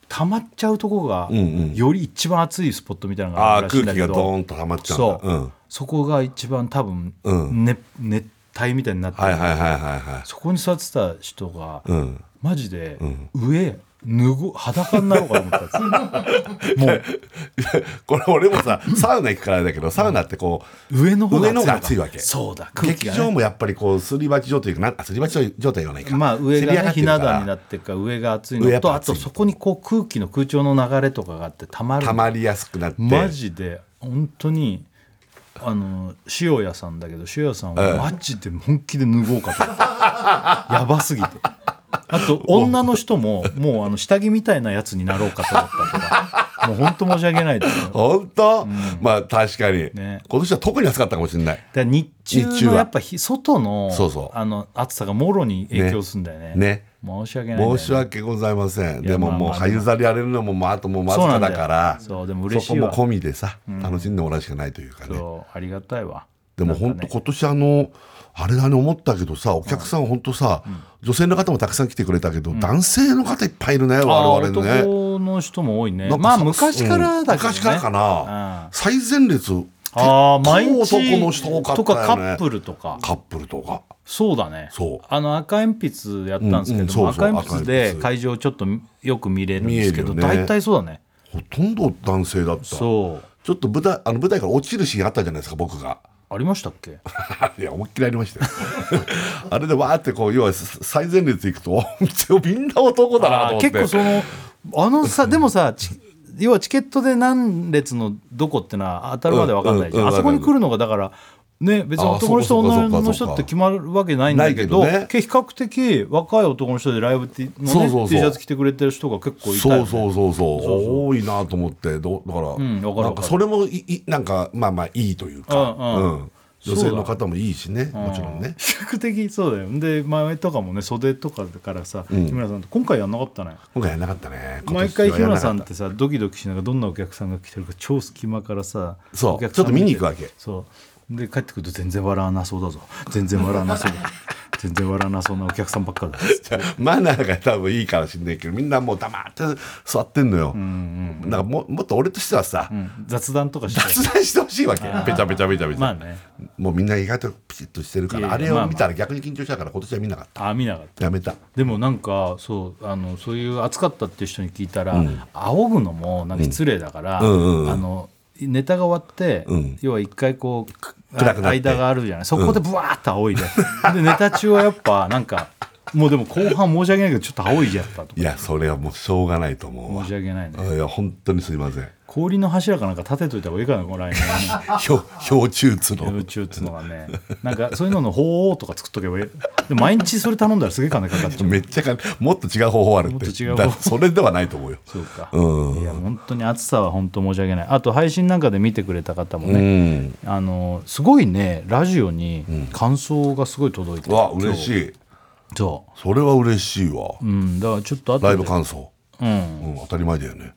溜まっちゃうとこが、より一番暑いスポットみたいなのがあるらしいんだけど、 空気がドーンと溜まっちゃうんだ。 そこが一番多分、熱帯みたいになってる、そこに座ってた人が、マジで上裸になろうかと思ったんですよ。もうこれ俺もさサウナ行くからだけど、サウナってこう上の方が暑いわけ。 そうだ、空気がね、 劇場もやっぱりこうすり鉢状というか、すり鉢状態はないか、 まあ上がねひな壇になってるから上が暑いのと、あとそこにこう空気の空調の流れとかがあってたまりやすくなって、 マジで本当に塩屋さんだけど、塩屋さんはマジで本気で脱ごうかと思ってやばすぎて。あと女の人ももう下着みたいなやつになろうかと思ったとか、もう本当申し訳ないですよ。 本当、まあ確かに、今年は特に暑かったかもしれない。 だ日中のやっぱ外の暑さがもろに影響するんだよね。申し訳ない、 申し訳ございません。でももう俳優座でやれるのもあともうわずかだから、 そうでも嬉しいわ。 そこも込みでさ、楽しんでもらうしかないというかね。 そうありがたいわ。 でも本当今年あれだね、思ったけどさ、お客さん本当さ、女性の方もたくさん来てくれたけど、男性の方いっぱいいるね、我々ね。 男の人も多いね。まあ昔からだけどね。 昔からかな。最前列毎日男の人多かったよね。 とかカップルとか。そうだね。赤鉛筆やったんですけど、赤鉛筆で会場ちょっとよく見れるんですけど、大体そうだね。 ほとんど男性だった。そう。ちょっと舞台から落ちるシーンあったじゃないですか、僕が。 ありましたっけ？ いや、思いっきりありましたよ。あれでわーってこう、要は最前列行くとみんな男だなと思って。 結構さでもさ、要はチケットで何列のどこってのは当たるまで分かんないじゃん。あそこに来るのがだからね、別に男の人女の人って決まるわけないんだけど、比較的若い男の人でライブのT シャツ着てくれてる人が結構いたよね。 多いなと思って。だからなんかそれもなんかまあいいというか、女性の方もいいしね、もちろんね。 比較的そうだよ。で前とかもね、袖とかからさ、日村さんと今回やんなかったね。 今回やんなかったね。 毎回日村さんってさ、ドキドキしながらどんなお客さんが来てるか超隙間からさ、 そうちょっと見に行くわけ。 そうで帰ってくると全然笑わなそうだぞ、全然笑わなそうだ全然笑わなそうなお客さんばっかだマナーが多分いいかもしれないけど、みんなもう黙って座ってんのよ。なんかもっと俺としてはさ、 雑談とかして雑談してほしいわけ。ペチャペチャペチャペチャ。 まあね、 もうみんな意外とピチッとしてるから、あれを見たら逆に緊張したから今年は見なかった。 見なかった。 やめた。 でもなんかそういう暑かったっていう人に聞いたら、仰ぐのもなんか失礼だから、ネタが終わって、要は一回こう間があるじゃない、そこでブワーッと仰いで、でネタ中はやっぱなんかもうでも後半申し訳ないけどちょっと仰いじゃったとか。 いや、それはもうしょうがないと思うわ。 申し訳ないね。 いや本当にすいません。 氷の柱かなんか立てといた方がいいかな、この来年氷中打つの氷中打つのがね、なんかそういうのの方法とか作っとけばいい。でも毎日それ頼んだらすげえ金かかっちゃう。 めっちゃもっと違う方法あるって。もっと違う方法、それではないと思うよ。 そうか、いや本当に暑さは本当申し訳ない。あと配信なんかで見てくれた方もね、すごいね、ラジオに感想がすごい届いてる。 わ、嬉しい。それは嬉しいわ。 だからちょっと後でライブ感想、当たり前だよね。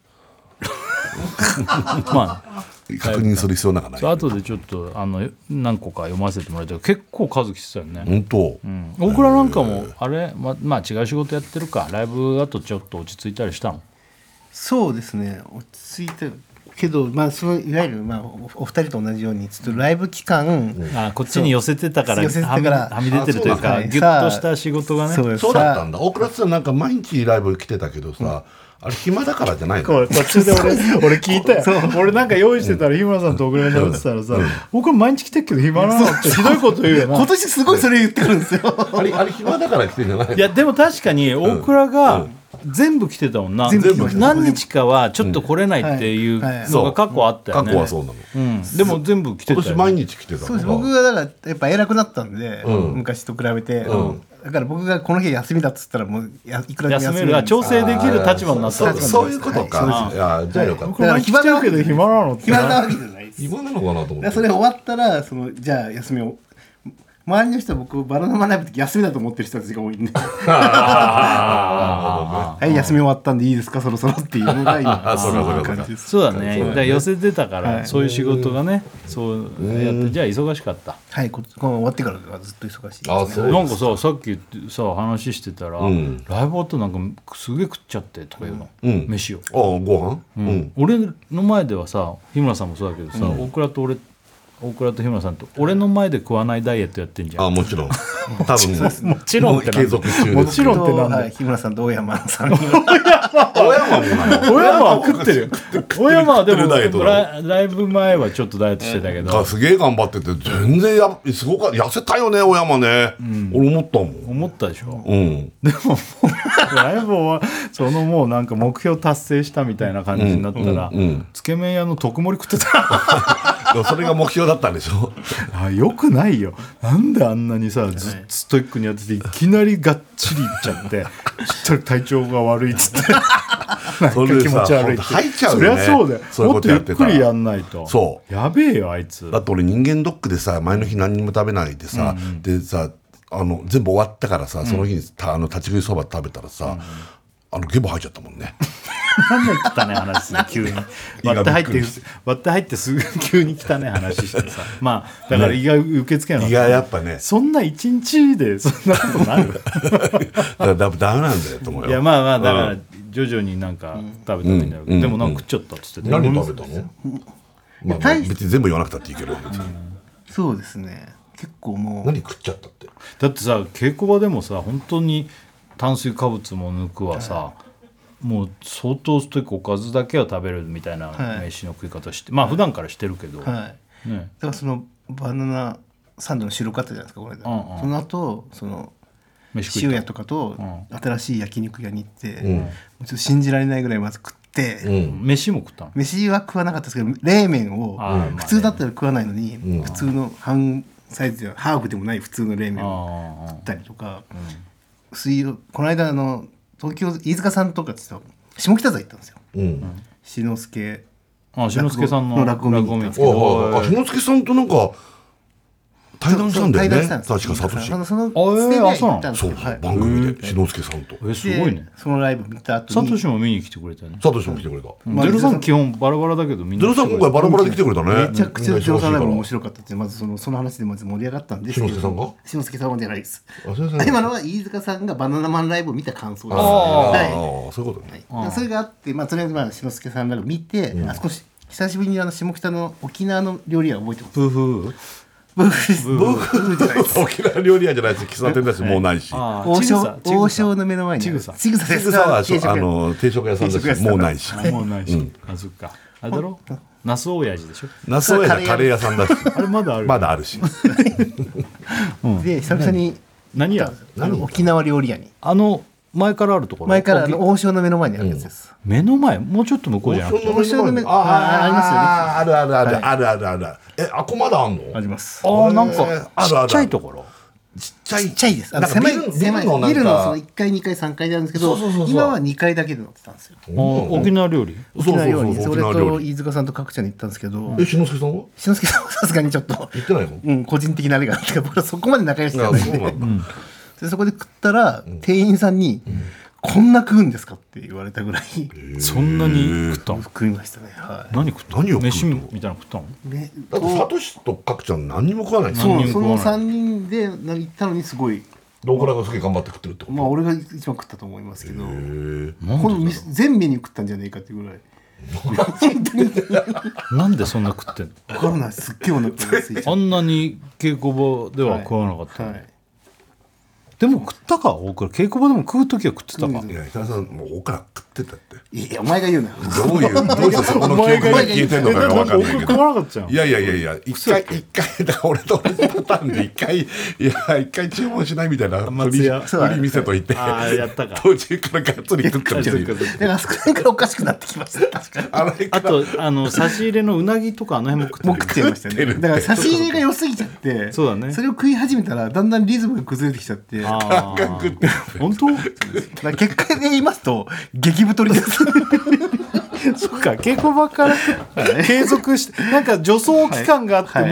まあ確認する必要なんかない。 後でちょっと何個か読ませてもらいたい。結構数来てたよね。 本当。 大倉なんかもあれ、まあ違う仕事やってるか、ライブあとちょっと落ち着いたりしたの？ そうですね、落ち着いてけど、いわゆるお二人と同じようにちょっとライブ期間、 こっちに寄せてたからはみ出てるというか、ギュッとした仕事がね。 そうだったんだ。大倉さんなんか毎日ライブ来てたけどさ、あれ暇だからじゃないの？ こっちで俺聞いたよ。俺なんか用意してたら日村さんと大倉が喋ってたらさ、僕毎日来てるけど暇なのってひどいこと言うよな。 今年すごいそれ言ってるんですよ。 あれ暇だから来てんじゃないの？ いやでも確かに大倉が全部来てたもんな。何日かはちょっと来れないっていうのが過去あったよね。 過去はそうなの。 でも全部来てたよ。 今年毎日来てた。 そうです。僕がだからやっぱ偉くなったんで、昔と比べて。だから僕がこの日休みだっつったらもういくらでも休める、 調整できる立場になった。 そういうことか。じゃあよかった。 毎日来てるけど暇なのって。 暇なわけじゃないです。 暇なのかなと思って。 それ終わったらじゃあ休みを周りの人は僕バナナマンライブって休みだと思ってる人たちが多いんではい休み終わったんでいいですかそろそろっていうのが今そうか感じです。 そうだね。だから寄せてたから、 はいそういう仕事がね、そうやってじゃあ忙しかった。 はいこの終わってからはずっと忙しいですね。 あそうなんかさっきさ話してたら、ライブ終わったなんかすげえ食っちゃってとかいうの、飯を。 ご飯、 俺の前ではさ日村さんもそうだけどさ、大倉と日村さんと俺の前で食わないダイエットやってんじゃん。 もちろん多分もちろんって継続中ですもちろんってなんだよ。 はい日村さんと大山さん大山も大山は食ってるよ。大山はでもダイエットだライブ前はちょっとダイエットしてたけど、 すげえ頑張ってて全然すごか痩せたよね大山ね、俺思ったもん。 思ったでしょ。 うんでもライブはそのもうなんか目標達成したみたいな感じになったら、つけ麺屋の特盛り食ってた。 でもそれが目標だったんでしょ。 よくないよ。なんであんなにさストイックにやってていきなりがっちりいっちゃってちょっと体調が悪いっつってなんか気持ち悪いって入っちゃうよね。 そりゃそうだよ。 そういうもっこととやってたらゆっくりやんないと。 そうやべえよあいつ。 だって俺人間ドックでさ前の日何にも食べないでさ、でさ全部終わったからさその日に立ち食いそば食べたらさ、ゲボ吐いちゃったもんね。 なんで汚ね話する急に割って入ってすぐ急に汚ね話してさまあだから胃が受け付けなかった。 胃がやっぱねそんな一日でそんなことなるダメなんだよと思うよ。 いやまあだから徐々になんか食べたらいいんだろうけど、でもなんか食っちゃったっつって何食べたの？まあ別に全部言わなくたっていいけど、 そうですね結構もう何食っちゃったって。 だってさ稽古場でもさ本当に炭水化物も抜くわさ、もう相当ストイックおかずだけは食べるみたいな飯の食い方して、まあ普段からしてるけど、 はいね、 だからそのバナナサンドの白かったじゃないですかこれで、その後その塩屋とかと新しい焼肉屋に行って、ちょっと信じられないぐらいまず食って、 飯も食ったの？ 飯は食わなかったですけど冷麺を普通だったら食わないのに、普通の半サイズではハーフでもない普通の冷麺を食ったりとか、この間東京飯塚さんとかって下北沢行ったんですよ、志の輔さんの落語見に行ったんですけど、志の輔さんとなんか対談したんだよね。確かサトシ。 そのつてで行ったんですそう番組で志の輔さんと。 すごいね。 そのライブ見た後にサトシも見に来てくれたよね。 サトシも来てくれた。 ゼロさん基本バラバラだけどみんな。 ゼロさん今回バラバラで来てくれたね。 めちゃくちゃゼロさんライブ面白かったってまずその話でまず盛り上がったんですけど。 志の輔さんが？ 志の輔さんはじゃないです。今のは飯塚さんがバナナマンライブを見た感想です。 そういうことね。 それがあってとりあえず志の輔さんライブ見て少し久しぶりに下北の沖縄の料理屋覚えてます。 沖縄料理屋じゃないし喫茶店だしもうないし、 王将の目の前にちぐさは定食屋さんだしもうないし、 もうないし、あそっかあれだろ那須親父でしょ。 那須親父カレー屋さんだしあれまだあるしで久々に何屋？ 沖縄料理屋に前からあるところ。 前から王将の目の前にあるやつです。 目の前もうちょっと向こうじゃなくて。 王将の目ありますよね。 ある。あこまだあんの？ あります。 なんかちっちゃいところ。 ちっちゃいです。狭いビルのその1階2階3階であるんですけど、今は2階だけで乗ってたんですよ。 沖縄料理。 沖縄料理。それと飯塚さんと角ちゃんに行ったんですけど。 志の輔さんは？ 志の輔さんはさすがにちょっと行ってないの？ 個人的なあれがあって、僕はそこまで仲良しじゃないんで。そこで食ったら店員さんにこんな食うんですかって言われたぐらい。 そんなに食ったの？ 食いましたね。 何食ったの？飯みたいなの食ったの？ だってサトシとカクちゃん何にも食わない。 その3人で行ったのにすごい。 どこらがすげえ頑張って食ってるってこと？ 俺が一番食ったと思いますけど、この全メニュー食ったんじゃねえかっていうぐらい。 なんでそんな食ってんの？ 分からない。すっげえお腹が空いちゃう。 あんなに稽古場では食わなかった。でも食ったか大倉。稽古場でも食う時は食ってたか。 いや北さんもう大倉食ってたって。 いやお前が言うな。 どうしてそこの記憶が消えてんのかが分かんないけど。 食わなかったじゃん。 いや一回だから俺と同じパターンで一回注文しないみたいな振り見せといて、 やったか。 途中からがっつり食ったみたいな。 だからあそこら辺からおかしくなってきました。確かに。 あと差し入れのうなぎとかあの辺も食ってちゃいましたね。だから差し入れが良すぎちゃって、 そうだね。 それを食い始めたらだんだんリズムが崩れてきちゃって。 本当？ 結果で言いますと激太りです。 そっか稽古場から継続してなんか助走期間があっても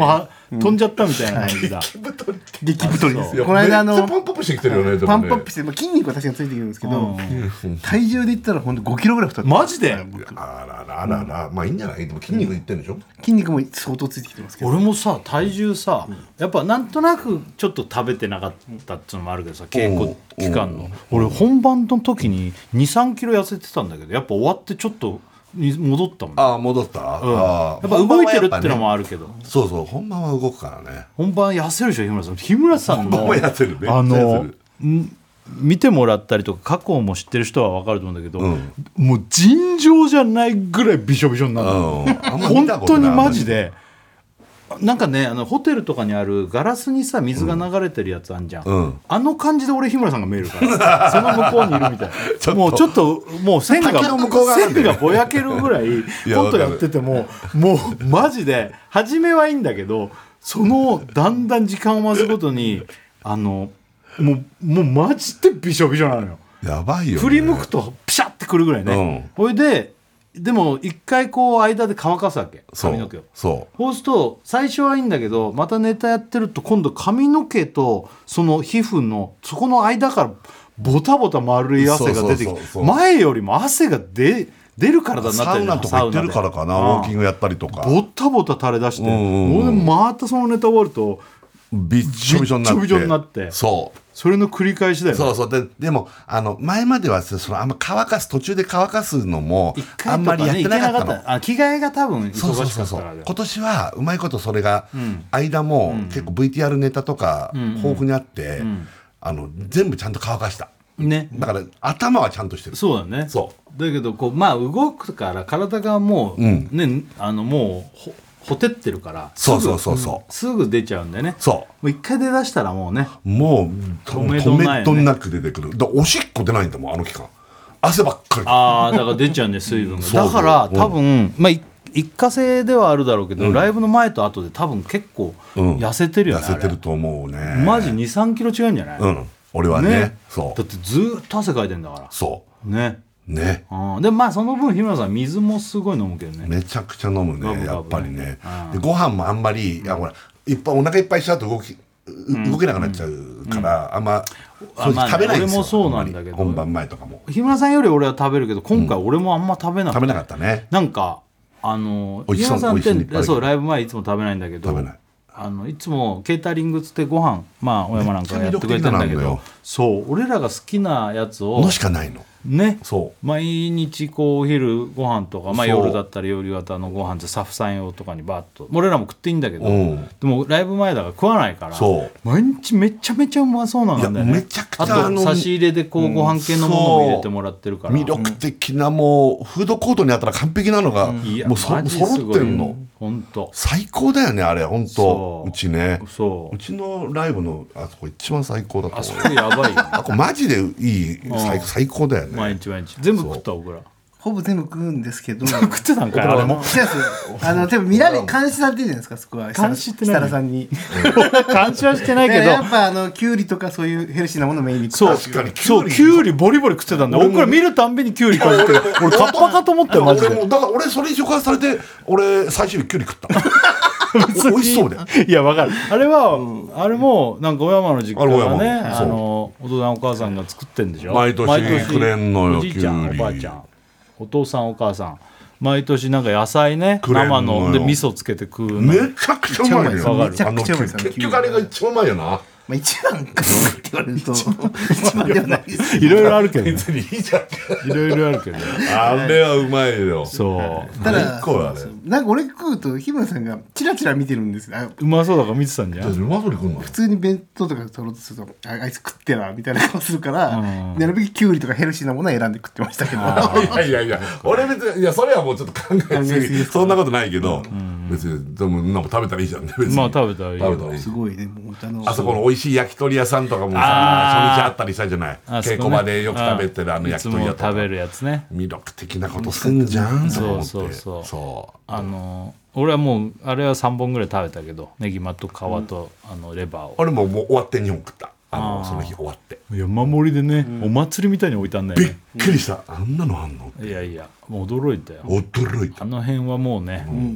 飛んじゃったみたいな感じだ。 激太りですいやこの間めっちゃパンプアップしてきてるよね。でもねパンプアップして、筋肉は確かについてくるんですけど、体重で言ったらほんと5キロぐらい太ってマジで？ あら、まあいいんじゃない？でも筋肉いってんでしょ。 筋肉も相当ついてきてますけど。 俺もさ体重さやっぱなんとなくちょっと食べてなかったっていうのもあるけどさ、稽古期間の俺本番の時に 2,3 キロ痩せてたんだけど、やっぱ終わってちょっと戻ったもん。 ああ戻った。 やっぱ動いてるってのもあるけど、 そうそう本番は動くからね。 本番痩せるでしょ日村さんの本番は痩せるめっちゃ痩せる。 見てもらったりとか過去も知ってる人は分かると思うんだけど、もう尋常じゃないぐらいびしょびしょになるの、本当にマジで。なんかねホテルとかにあるガラスにさ水が流れてるやつあんじゃん、あの感じで俺日村さんが見えるからその向こうにいるみたいなもうちょっともう線がぼやけるぐらいコントやっててももうマジで初めはいいんだけど、そのだんだん時間を増すごとにもうマジでびしょびしょなのよ。 やばいよね。 振り向くとピシャってくるぐらいね、それでも一回こう間で乾かすわけ髪の毛を。そうすると最初はいいんだけど、またネタやってると今度髪の毛とその皮膚のそこの間からボタボタ丸い汗が出てきて、前よりも汗が出る体になってる。 サウナとか行ってるからかな、ウォーキングやったりとかボタボタ垂れ出して、俺またそのネタ終わるとびっちょびちょになって、 それの繰り返しだよね。 でも前まではあんま途中で乾かすのもあんまりやってなかったの。 着替えが多分忙しかったから。 今年はうまいことそれが、間も結構 VTR ネタとか豊富にあって、全部ちゃんと乾かしたね。だから頭はちゃんとしてる。 そうだね。だけど動くから体がもうね、もうほてってるからすぐ出ちゃうんだよね。もう一回出だしたらもうね、 もう止めどなく出てくる。おしっこ出ないんだもん期間。汗ばっかり。 だから出ちゃうんで水分が。だから多分一過性ではあるだろうけど、ライブの前と後で多分結構痩せてるよね。 痩せてると思うね。 マジ 2,3 キロ違うんじゃない？ 俺はね。 だってずっと汗かいてんだから。でその分日村さん水もすごい飲むけどね。 めちゃくちゃ飲むねやっぱりね。でご飯もあんまりほらお腹いっぱいしちゃうと動けなくなっちゃうからあんま食べないんですよ。俺もそうなんだけど本番前とかも日村さんより俺は食べるけど、今回俺もあんま食べなかったね。なんか日村さんってライブ前いつも食べないんだけど、いつもケータリングつってご飯小山なんかやってくれてるんだけど、俺らが好きなやつをのしかないのね。毎日お昼ご飯とか、夜だったら夜型のご飯でスタッフさん用とかにバッと俺らも食っていいんだけど、でもライブ前だから食わないから毎日めちゃめちゃうまそうなんだよね。 めちゃくちゃあと差し入れでご飯系のものも入れてもらってるから、 魅力的なもうフードコートにあったら完璧なのがもう揃ってるの。本当最高だよねあれ。本当うちね、うちのライブのあそこ一番最高だと思う。 あそこやばいよ。 あこマジでいい最高だよね。 毎日全部食った僕ら。 ほぼ全部食うんですけど食ってたんかいあれも。 多分見られ監視されてるじゃないですかそこは。 監視ってない。 設楽さんに監視はしてないけど、 やっぱキュウリとかそういうヘルシーなものをメインに食って。確かにキュウリボリボリ食ってたんだ。僕ら見るたんびにキュウリ食ってる。俺カッパかと思ったよマジで。 だから俺それに触発されて俺最終日キュウリ食った。美味しそうで。 いやわかる。あれもなんか小山の実家がね、お父さんお母さんが作ってんでしょ。 毎年くれんのよ。 おじいちゃんおばあちゃんお父さんお母さん毎年なんか野菜ね生ので味噌つけて食うの。 めちゃくちゃうまいよ。 めちゃくちゃうまい。 結局あれが一番うまいよな。 一番かって言われると一番ではないです。 いろいろあるけど、 別にいいじゃん。 いろいろあるけど、 あれはうまいよ。 ただなんか俺食うと日村さんがチラチラ見てるんですよ。 うまそうだから見てたんじゃん。 うまそうに食うの。 普通に弁当とか取ろうとするとあいつ食ってなみたいな顔するから、なるべくキュウリとかヘルシーなものは選んで食ってましたけど。 いや俺別にそれはもうちょっと考えすぎ。そんなことないけど、別にでもなんか食べたらいいじゃんね。別に食べたらいい。 すごいね。 あそこの美味しい焼き鳥屋さんとかもさ初日あったりしたじゃない。稽古場でよく食べてる焼き鳥屋とか食べるやつね。 魅力的なことすんじゃん。 そう俺はもうあれは3本ぐらい食べたけど、ネギマと皮とレバーを。 俺もう終わって2本食った。その日終わって山盛りでね、お祭りみたいに置いたんだよね。 びっくりした。あんなのあんの。 いやもう驚いたよ。 驚いた。 あの辺はもうね、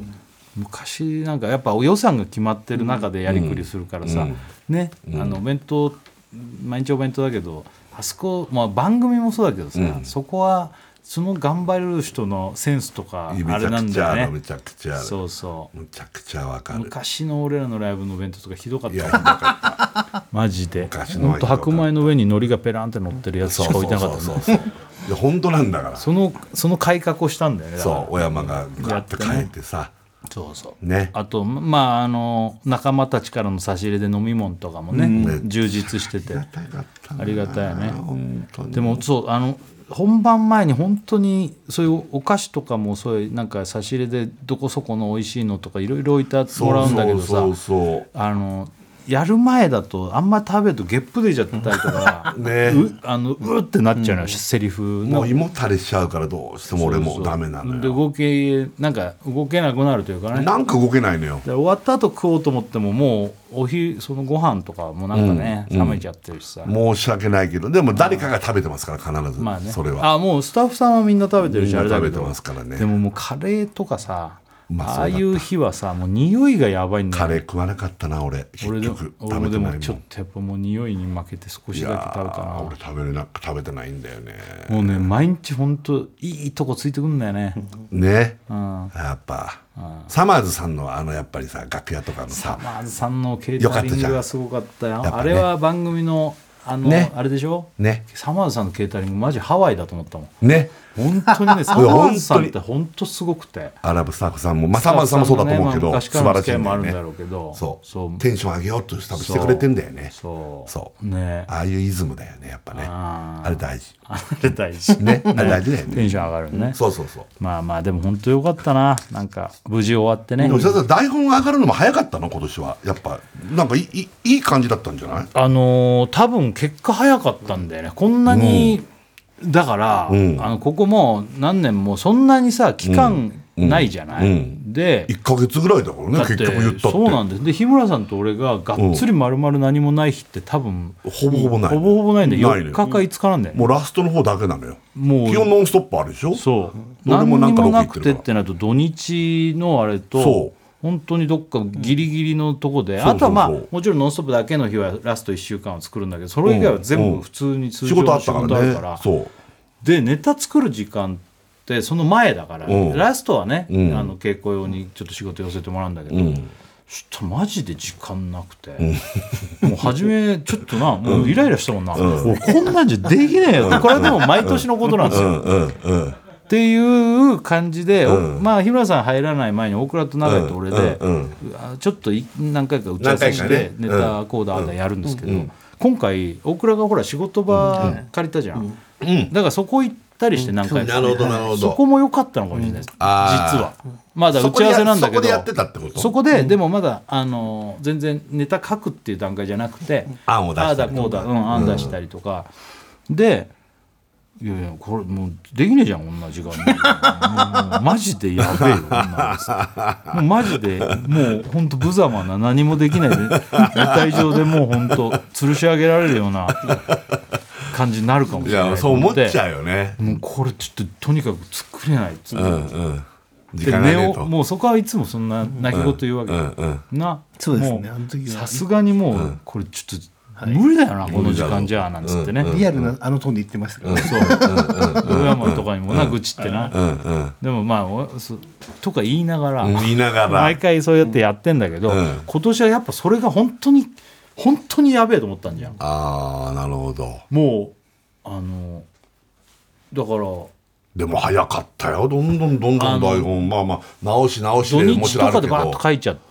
昔なんかやっぱ予算が決まってる中でやりくりするからさ、ね、お弁当毎日お弁当だけどあそこ、まあ、番組もそうだけどさ、そこはその頑張る人のセンスとかあれなんだよね。 めちゃくちゃある。 そうそう。 めちゃくちゃわかる。 昔の俺らのライブのお弁当とかひどかったよ。マジで。本当白米の上に海苔がペランって乗ってるやつしか置いてなかったね。 いや本当なんだから。 その改革をしたんだよね。 そう小山がガッと変えてさ。 そうそうね、 あとまあ仲間たちからの差し入れで飲み物とかもね、充実しててありがたいよね。でもそう本番前に本当にそういうお菓子とかもそういうなんか差し入れでどこそこの美味しいのとかいろいろ置いてもらうんだけどさ、やる前だとあんまり食べるとゲップ出ちゃったりとかね、 うってなっちゃうのよ、セリフの。 もう胃もたれしちゃうからどうしても俺もダメなのよ。 で動けなくなるというかね、 なんか動けないのよ。 で終わった後食おうと思ってももうそのご飯とかもなんかね、冷めちゃってるしさ。 申し訳ないけどでも誰かが食べてますから必ず、 まあね、 それはもうスタッフさんはみんな食べてるしあれだけど、 みんな食べてますからね。 でももうカレーとかさ、ああいう日はさもう匂いがやばいんだよ。 カレー食わなかったな俺結局。 俺もでもちょっとやっぱもう匂いに負けて少しだけ食べたな。 俺食べてないんだよね。 もうね毎日ほんといいとこついてくんだよね。 ね、やっぱサマーズさんのやっぱりさ楽屋とかのさ、 サマーズさんのケータリングがすごかったよ。あれは番組のあれでしょ、ね、サマーズさんのケータリングマジハワイだと思ったもんね。本当にねサマーズさんって本当すごくて、 アラブスタッフさんも、サマーズさんもそうだと思うけど、 素晴らしいもあるんだろうけど、 そうテンション上げようとしてくれてんだよね。そうね、 ああいうイズムだよねやっぱね。あれ大事。 あれ大事ね、あれ大事だよね。 テンション上がるね。 そうまあでも本当よかったな、なんか無事終わってね。 でも台本上がるのも早かったの今年は。やっぱなんかいい感じだったんじゃない？ 多分結果早かったんだよね、こんなに。だから、ここも何年もそんなにさ期間ないじゃない、で 1ヶ月ぐらいだからね結局言ったって。 そうなんです。で日村さんと俺ががっつり丸々何もない日って多分ほぼほぼないんだよ。4日か5日なんだよ。 もうラストの方だけなのよ。もう基本ノンストップあるでしょ。そう何にもなくてってなると土日のあれと本当にどっかギリギリのとこで、あとはまあもちろんノンストップだけの日はラスト1週間を作るんだけど、それ以外は全部普通に通常の仕事あるから、でネタ作る時間ってその前だから、ラストはね稽古用にちょっと仕事寄せてもらうんだけど、ちょっとマジで時間なくて、もう初めちょっとなもうイライラしたもんな、もうこんなんじゃできねえよって。これはでも毎年のことなんですよっていう感じで、まあ日村さん入らない前に大倉と永井と俺でちょっと何回か打ち合わせしてネタコーダーでやるんですけど、今回大倉がほら仕事場借りたじゃん。だからそこ行ったりして何回か、そこも良かったのかもしれないです、実は。まだ打ち合わせなんだけど、そこでやってたってこと？そこででもまだ全然ネタ書くっていう段階じゃなくて、案を出したりとか、案出したりとかで、いやこれもうできねえじゃんこんな時間に。もうマジでやべえよこんなんです。もうマジでもう本当無様な何もできないで舞台上でもう本当吊るし上げられるような感じになるかもしれない。いやそう思っちゃうよね。もうこれちょっととにかく作れないっつって、でもうそこはいつもそんな泣き言言うわけな。そうですね。さすがにもうこれちょっと無理だよなこの時間じゃなんつってね、 リアルなトーンで言ってましたからね。 小山とかにもな愚痴ってな、でもまあとか言いながら毎回そうやってやってんだけど、今年はやっぱそれが本当にやべえと思ったんじゃん。 ああなるほど。 もうだからでも早かったよ。どんどん台本まあ直しでもちろんあるけど、土日とかでバーッと書いちゃって、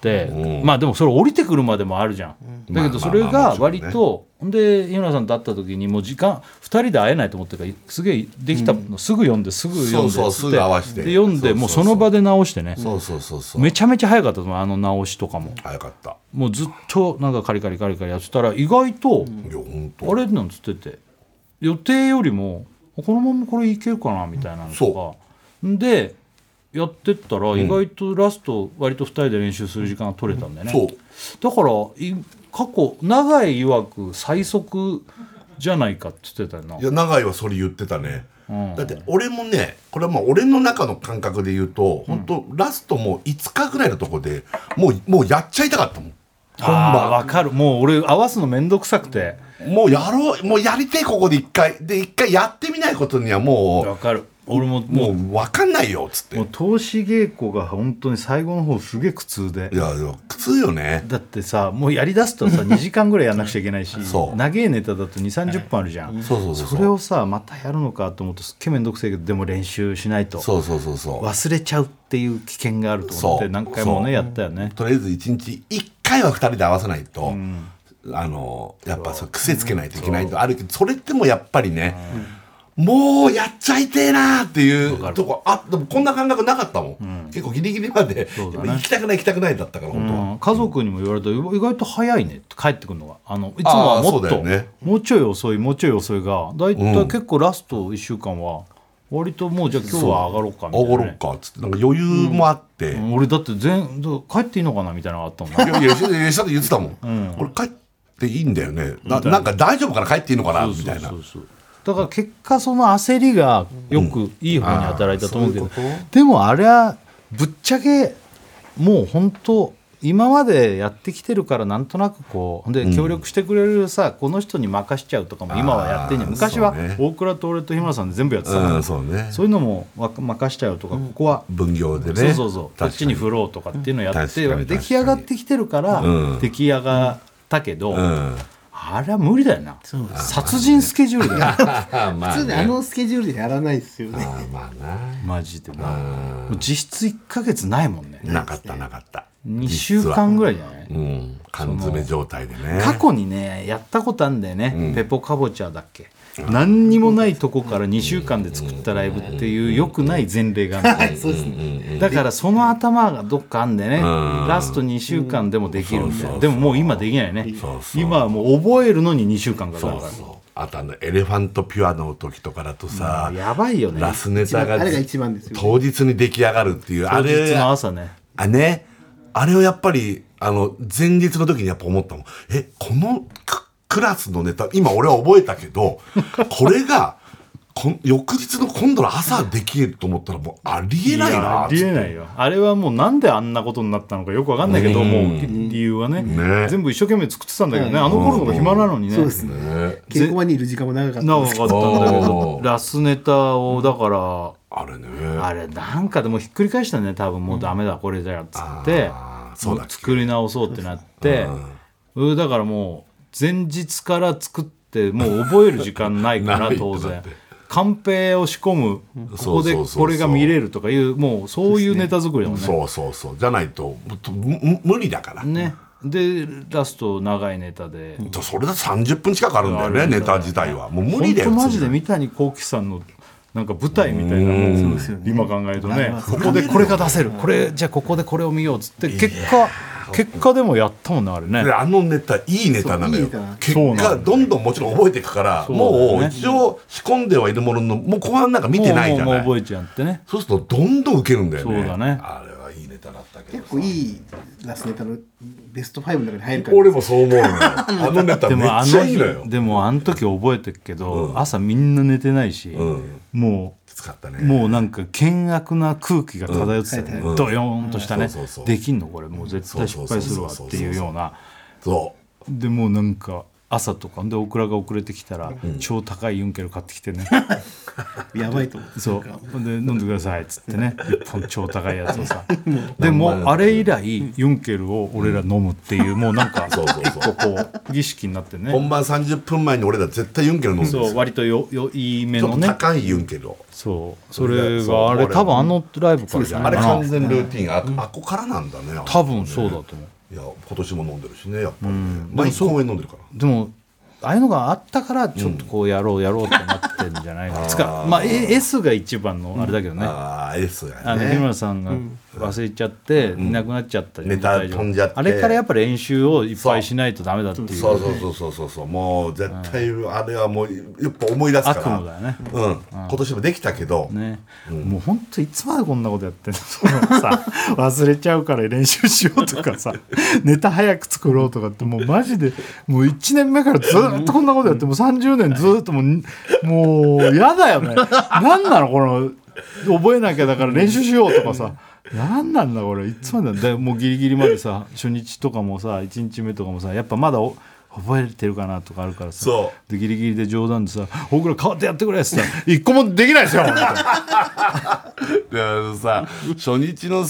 まあでもそれ降りてくるまでもあるじゃん。だけどそれが割とで日村さんと会った時にもう時間2人で会えないと思ってるからすげえできたのすぐ読んですぐ読んですぐ合わせてで読んでもうその場で直してね。めちゃめちゃ早かったと思う直しとかも。早かった。もうずっとなんかカリカリやってたら意外とあれなんつってて予定よりもこのままこれいけるかなみたいなのとかでやってったら意外とラスト割と2人で練習する時間が取れたんだよね。だから過去永井曰く最速じゃないかって言ってたよな。いや永井はそれ言ってたね。 だって俺もねこれはまあ俺の中の感覚で言うと、本当ラストもう5日ぐらいのとこでもうやっちゃいたかったもん。 本番わかる。もう俺合わすのめんどくさくて、 もうやりてえここで一回やってみないことにはもうわかる。俺もう分かんないよっつって。 もう通し稽古が本当に最後の方すげえ苦痛で。 いや苦痛よね。 だってさもうやりだすとさ2時間ぐらいやんなくちゃいけないし長いネタだと 2,30 分あるじゃん。それをさまたやるのかと思うとすっげえめんどくせえけど、でも練習しないと忘れちゃうっていう危険があると思って何回もねやったよね。 とりあえず1日1回は2人で合わせないと、やっぱ癖つけないといけないとあるけど、それってもやっぱりね、もうやっちゃいてえなーっていうとこでもこんな感覚なかったもん、結構ギリギリまで、行きたくないだったから本当は、 家族にも言われたら意外と早いねって帰ってくるのがいつもはもっと、もうちょい遅いがだいたい結構ラスト1週間は割ともうじゃあ今日は上がろうかみたいな、 上がろうかっつってなんか余裕もあって、 俺だって帰っていいのかなみたいなのがあったもんいや下で言ってたもん、俺帰っていいんだよね、なんか大丈夫かな帰っていいのかなみたいな。 だから結果その焦りがよくいい方に働いたと思うけど、でもあれはぶっちゃけもう本当今までやってきてるからなんとなくこうで協力してくれるさ、この人に任しちゃうとかも今はやってんじゃん。昔は大倉と俺と日村さんで全部やってたから、そういうのも任しちゃうとか、ここは分業でね、 こっちに振ろうとかっていうのをやって出来上がってきてるから出来上がったけど、あれは無理だよな。殺人スケジュールだよ普通でスケジュールでやらないですよね。 マジでな。実質1ヶ月ないもんね。 なかった 2週間ぐらいじゃない。 缶詰状態でね。 過去にねやったことあるんだよね、ペポカボチャだっけ、何にもないとこから2週間で作ったライブっていう良くない前例があるんだよだからその頭がどっかあんだよね。ラスト2週間でもできるんだよ。でももう今できないね。今はもう覚えるのに2週間かかるから。 あとエレファントピュアの時とかだとさ、 やばいよね。 ラスネタがあれが一番ですよ、 当日に出来上がるっていう、 当日の朝ね。 あれをやっぱり前日の時にやっぱ思ったもん。このクラスのネタ今俺は覚えたけどこれが翌日の今度の朝できると思ったらもうありえないな。 ありえないよ。あれはもうなんであんなことになったのかよくわかんないけど、もう理由はね全部一生懸命作ってたんだけどね、あの頃の方が暇なのにね。 そうですね。稽古場にいる時間も長かったんだけど、ラスネタをだからあれなんかでもひっくり返したね多分。もうダメだこれだよっつって作り直そうってなって、だからもう前日から作ってもう覚える時間ないから当然カンペを仕込む、ここでこれが見れるとかいうもうそういうネタ作りだもんね。 そうじゃないと無理だからね。でラスト長いネタでそれだと30分近くあるんだよね、ネタ自体はもう無理だよ。 本当マジで三谷幸喜さんのなんか舞台みたいなもん、今考えるとね、ここでこれが出せる、これじゃあここでこれを見ようっつって結果でもやったもんねあれね。 あのネタいいネタなのよ。結果どんどんもちろん覚えていくから、もう一応仕込んではいるもののもう後半なんか見てないじゃない。 もう覚えちゃってね。 そうするとどんどんウケるんだよね。 そうだね。 あれはいいネタだったけど、 結構いいラスネタのベスト5の中に入るから。 俺もそう思うのよ。あのネタめっちゃいいのよ。 でもあの時覚えてるけど、朝みんな寝てないし、もうもうなんか険悪な空気が漂ってたね、ドヨーンとしたね。できんのこれもう絶対失敗するわっていうような。でもうなんか朝とかでオクラが遅れてきたら、超高いユンケル買ってきてねやばいと思って、 そうで飲んでくださいっつってね、1本超高いやつをさでもあれ以来ユンケルを俺ら飲むっていう、もうなんか一個こう儀式になってね。 本番30分前に俺ら絶対ユンケル飲むんですよ。 そう割といいめのね高いユンケルを。 そうそれがあれ多分あのライブからじゃないかな。 あれ完全ルーティンあこからなんだね。 多分そうだと思う。 いや今年も飲んでるしねやっぱりね。毎公演飲んでるから。 でもああいうのがあったからちょっとこうやろうってなってるんじゃないですか。まあ S が一番のあれだけどね。 S がね。 日村さんが忘れちゃっていなくなっちゃったじゃん、 ネタ飛んじゃって、 あれからやっぱ練習をいっぱいしないとダメだっていう、 そうもう絶対あれはもうやっぱ思い出すから、 悪夢だよね、 今年もできたけど、 もう本当いつまでこんなことやってんのさ忘れちゃうから練習しようとかさネタ早く作ろうとかってもうマジでもう1年目からずっとこんなことやってもう30年ずっともうやだよねなんなのこの覚えなきゃだから練習しようとかさなんなんだこれいつまででもうギリギリまでさ初日とかもさ1日目とかもさやっぱまだ覚えてるかなとかあるからさでギリギリで冗談でさ「僕ら変わってやってくれ」ってさ「一個もできないですよ」みたいなさ初日の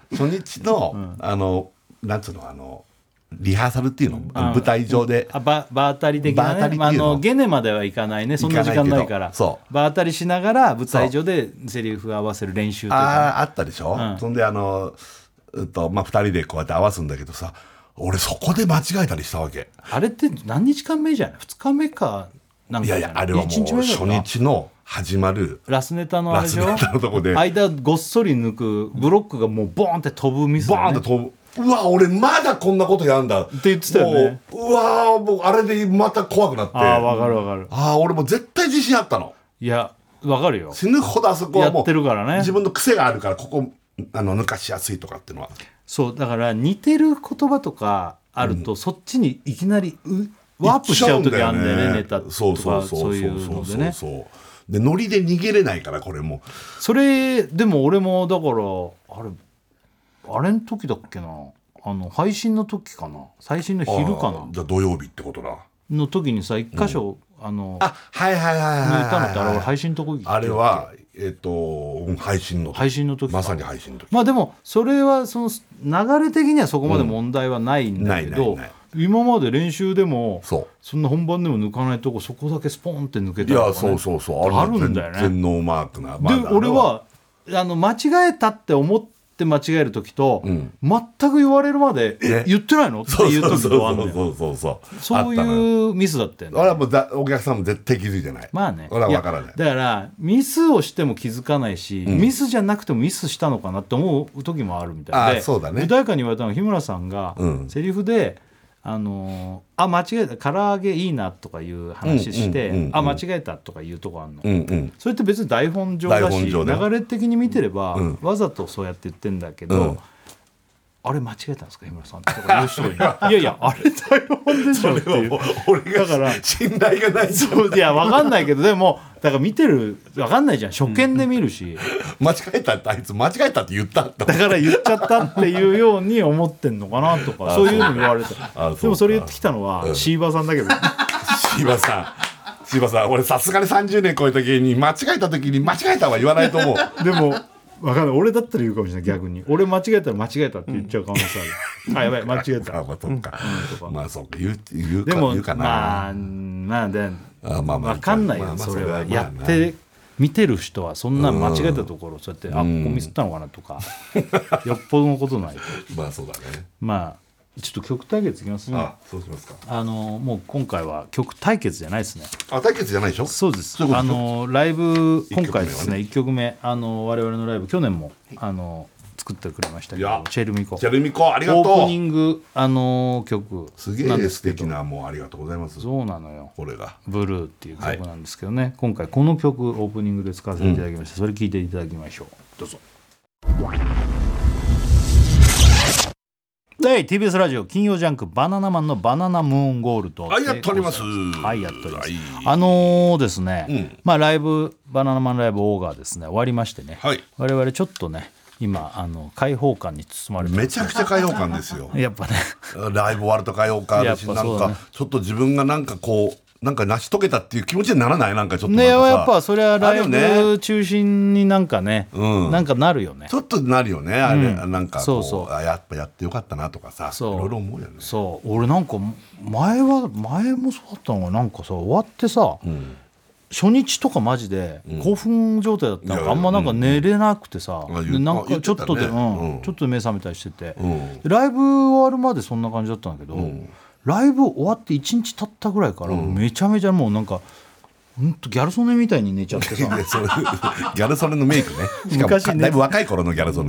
なんつうのリハーサルっていうの舞台上で場当たり的なねゲネまではいかないねそんな時間ないから場当たりしながら舞台上でセリフ合わせる練習とかあったでしょ、そんで2人でこうやって合わすんだけどさ俺そこで間違えたりしたわけ。 あれって何日間目じゃない2日目かなんか。 いやあれはもう初日の始まるラスネタのあれでしょのとこで間ごっそり抜くブロックがもうボーンって飛ぶミスだよね。 ボーンって飛ぶ。うわ俺まだこんなことやんだって言ってたよね。 うわもうあれでまた怖くなって。 わかる俺も絶対自信あったの。 いやわかるよ。 死ぬほどあそこはもうやってるからね。 自分の癖があるからここ抜かしやすいとかっていうのはそうだから似てる言葉とかあると、そっちにいきなりワープしちゃう時あるんだよね、ネタとかそういうのでね。 でノリで逃げれないからこれもそれでも俺もだからあれの時だっけな配信の時かな最新の昼かなじゃあ土曜日ってことだの時にさ一箇所、 はい抜いたのってあれ配信の時あれは配信の時まさに配信の時まあでもそれはその流れ的にはそこまで問題はないんだけど、今まで練習でもそんな本番でも抜かないとこそこだけスポンって抜けたりとか、ね、 そうあるんだよね。 全ノーマークな、 で俺は間違えたって思って間違える時と、全く言われるまで言ってないのっていう時とあるんだよ。そういうミスだったよね。 俺はもうお客さんも絶対気づいてない。 まあね。 俺は分からない。 だからミスをしても気づかないし、ミスじゃなくてもミスしたのかなって思う時もあるみたいで。 そうだね。 誰かに言われたのは日村さんがセリフで間違えた唐揚げいいなとかいう話して間違えたとかいうとこあるの、それって別に台本上だし流れ的に見てれば、わざとそうやって言ってんだけど、あれ間違えたんですか日村さんとか言う人がいやあれ台本でしょっていう俺がだから信頼がないいや分かんないけどでもだから見てる分かんないじゃん初見で見るし、 間違えたってあいつ間違えたって言っただから言っちゃったっていうように思ってんのかなとかそういうの言われてでもそれ言ってきたのはシーバーさんだけどシーバーさん俺さすがに30年超えた芸人間違えた時に間違えたは言わないと思うでも分かんない俺だったら言うかもしれない逆に俺間違えたら間違えたって言っちゃう可能性ある、やばい間違えたまあそうか言うかなまあ分かんないよそれはやって見てる人はそんな間違えたところそうやってここミスったのかなとかよっぽどのことないとまあそうだねまあちょっと曲対決いきますね。 そうしますか。 もう今回は曲対決じゃないですね。 対決じゃないでしょ。 そうです。ライブ今回ですね1曲目我々のライブ去年も作ってくれましたけどチェルミコありがとう。 オープニング曲すげえ素敵なもうありがとうございます。 そうなのよ。 これがブルーっていう曲なんですけどね、今回この曲オープニングで使わせていただきました、それ聴いていただきましょう。どうぞ。TBS ラジオ金曜ジャンクバナナマンのバナナムーンゴールドやっております。 やっております。ですね、ライブバナナマンライブオーガーですね終わりましてね、我々ちょっとね今開放感に包まれてめちゃくちゃ開放感ですよやっぱねライブ終わると開放感だし、なんかちょっと自分がなんかこうなんか成し遂げたっていう気持ちにならないなんかちょっとねやっぱそれはライブ中心になんかね、なんかなるよね。 ちょっとなるよねあれ、なんかこうやっぱやってよかったなとかさいろいろ思うよね。 そう俺なんか前もそうだったのがなんかさ終わってさ、初日とかマジで興奮状態だったの、あんまなんか寝れなくてさ、なんかちょっとで、ちょっと目覚めたりしてて、ライブ終わるまでそんな感じだったんだけど、ライブ終わって1日経ったぐらいからめちゃめちゃもうなんかほんとギャル曽根みたいに寝ちゃってさギャル曽根のメイクねしかもだいぶ若い頃のギャル曽根ね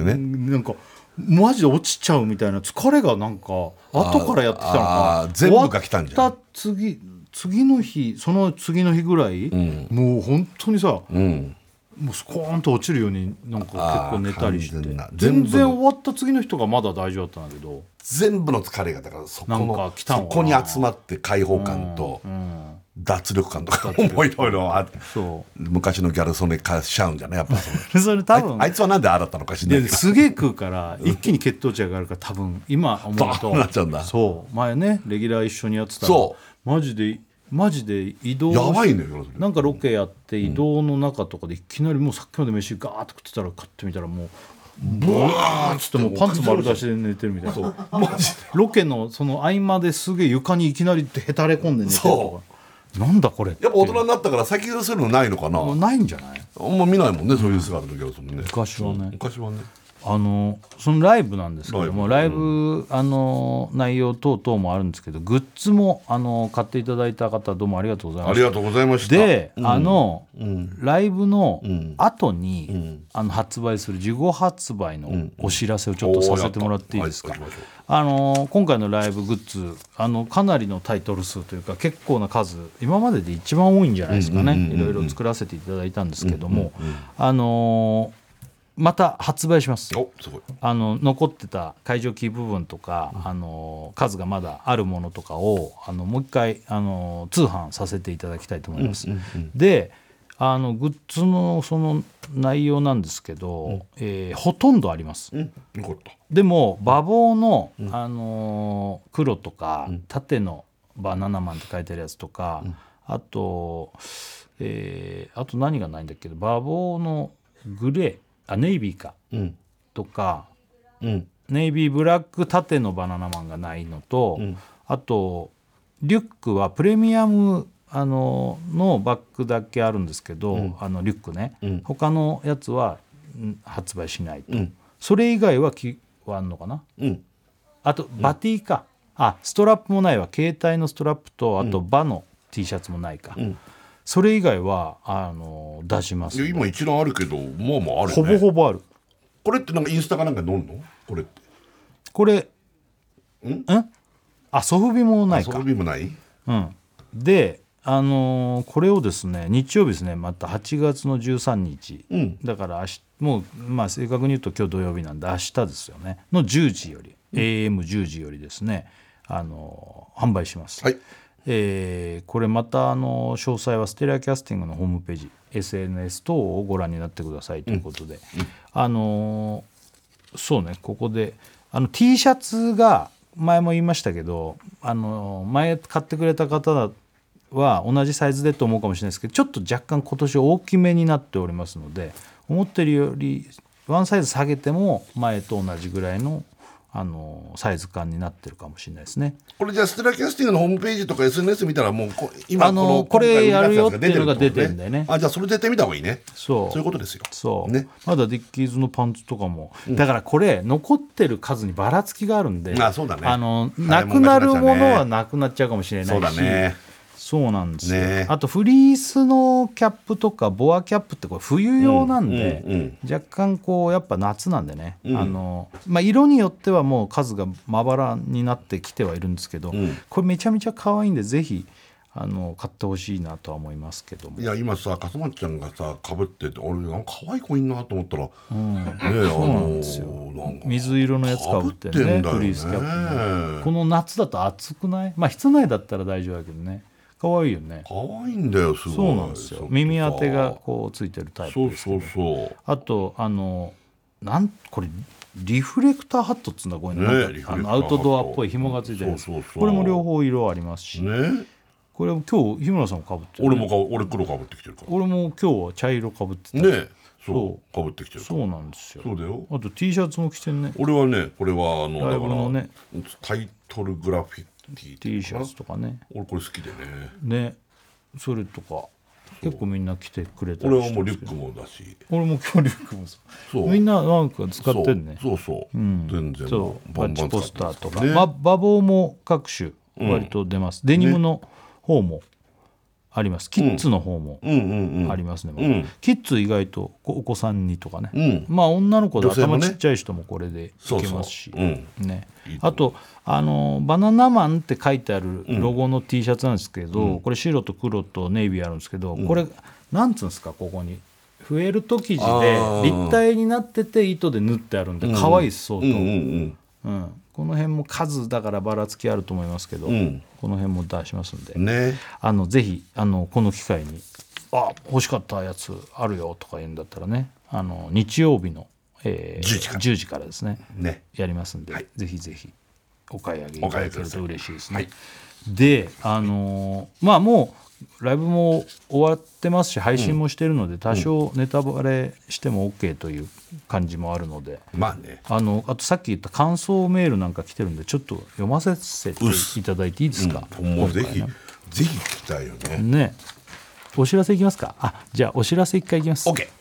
なんかマジで落ちちゃうみたいな疲れがなんか後からやってきたのか全部が来たんじゃん。 次の日その次の日ぐらい、もう本当にさ、もうスコーンと落ちるようになんか結構寝たりして、全然終わった次の人がまだ大丈夫だったんだけど、 全部の疲れがだからそこに集まって開放感と脱力感とかもいろいろあって、昔のギャル曽根化しちゃうんじゃないやっぱそれ多分あいつはなんでああだったのか知んないけど、 すげえ食うから一気に血糖値上がるから多分今思うとなっちゃうんだ。 そう前ねレギュラー一緒にやってたらマジで移動やばいねよ。 なんかロケやって移動の中とかでいきなりもうさっきまで飯ガーッと食ってたら買ってみたらもうブワーッつってもうパンツ丸出しで寝てるみたいな。ロケのその合間ですげえ床にいきなりへたれ込んで寝てるとか、なんだこれ。 やっぱ大人になったから先するのないのかな。 ないんじゃない。 あんま見ないもんねそういう姿のギャルソンね。 昔はね。そのライブなんですけども、ライブ内容等々もあるんですけど、グッズも買っていただいた方どうもありがとうございました。 ありがとうございました。 で、ライブの後に、発売する事後発売のお知らせをちょっとさせてもらっていいですか。今回のライブグッズかなりのタイトル数というか結構な数、今までで一番多いんじゃないですかね。いろいろ作らせていただいたんですけども、また発売します。 すごい。 残ってた会場キー部分とか、数がまだあるものとかをもう一回通販させていただきたいと思います。でグッズのその内容なんですけど、ほとんどあります。でも馬房の、黒とか、縦のバナナマンって書いてあるやつとか、あと何がないんだっけど、馬房のグレーネイビーか、とか、ネイビーブラック縦のバナナマンがないのと、あとリュックはプレミアムのバッグだけあるんですけど、リュックね、他のやつは発売しないと、それ以外はあんのかな、あとバティか、ストラップもないわ、携帯のストラップとあとバの T シャツもないか、それ以外は出します。 今一覧あるけどもうあるよね。 ほぼほぼある。 これってなんかインスタかなんか載るの？これってこれソフビもないか。 ソフビもない。 でこれをですね、日曜日ですね、また8月の13日、だからもう正確に言うと今日土曜日なんで明日ですよねの10時より、AM10 時よりですね販売します。これまた詳細はステラキャスティングのホームページ SNS 等をご覧になってくださいということで、そうね、ここでT シャツが前も言いましたけど、前買ってくれた方は同じサイズでと思うかもしれないですけど、ちょっと若干今年大きめになっておりますので、思ってるよりワンサイズ下げても前と同じぐらいのサイズ感になってるかもしれないですね。 これじゃあステラキャスティングのホームページとか SNS 見たらもう今これやるよっていうのが出てるんだよね。 じゃあそれ絶対見た方がいいね。 そういうことですよ。 そう、ね、まだディッキーズのパンツとかも、だからこれ残ってる数にばらつきがあるんで、 そうだね、 なくなるものはなくなっちゃうかもしれないし、 そうだね、 そうなんですよ、あとフリースのキャップとかボアキャップってこれ冬用なんで、若干こうやっぱ夏なんでね、色によってはもう数がまばらになってきてはいるんですけど、これめちゃめちゃ可愛いんでぜひ買ってほしいなとは思いますけども。 いや今さ笠松ちゃんがさ被ってて、俺なんか可愛い子いんなと思ったら、 そうなんですよ、水色のやつ被ってね、フリースキャップ、この夏だと暑くない？室内だったら大丈夫だけどね、可愛いよね。 可愛いんだよ、すごい。 そうなんですよ。耳当てがこうついてるタイプですけど。 そうあとこれリフレクターハットっつうんだ、これね、アウトドアっぽい紐がついてるやつ。これも両方色ありますし。これも今日日村さんも被ってる。 俺黒被ってきてるから。 俺も今日は茶色被ってた。 ね。そう被ってきてる。 そうなんですよ。 そうだよ。 あと T シャツも着てるね。 俺はね、これはライブのね、 タイトルグラフィティ T シャツとかね。 俺これ好きでね。 ね、それとか結構みんな着てくれたりして。 俺はもうリュックもだし。 俺も今日リュックもそう。みんななんか使ってるね。 そう。全然。 バッチポスターとか、馬房も各種割と出ます。デニムの方もあります。キッズの方もありますね。キッズ意外とお子さんにとかね、まあ女の子で頭ちっちゃい人もこれでいけますしね。あとバナナマンって書いてあるロゴの T シャツなんですけど、これ白と黒とネイビーあるんですけど、これなんつうんですか、ここにフェルト生地で立体になってて糸で縫ってあるんで可愛いです相当。この辺も数だからばらつきあると思いますけど、この辺も出しますんで、ね、ぜひこの機会に欲しかったやつあるよとか言うんだったらね、日曜日の、10時からですね、やりますんで、ぜひぜひお買い上げいただけると嬉しいですね。でまあもうライブも終わってますし配信もしてるので、多少ネタバレしても OK という感じもあるので、 まあね、 あとさっき言った感想メールなんか来てるんでちょっと読ませていただいていいですか。 もうぜひ聞きたいよね。 お知らせいきますか。じゃあお知らせ一回いきます。 OK。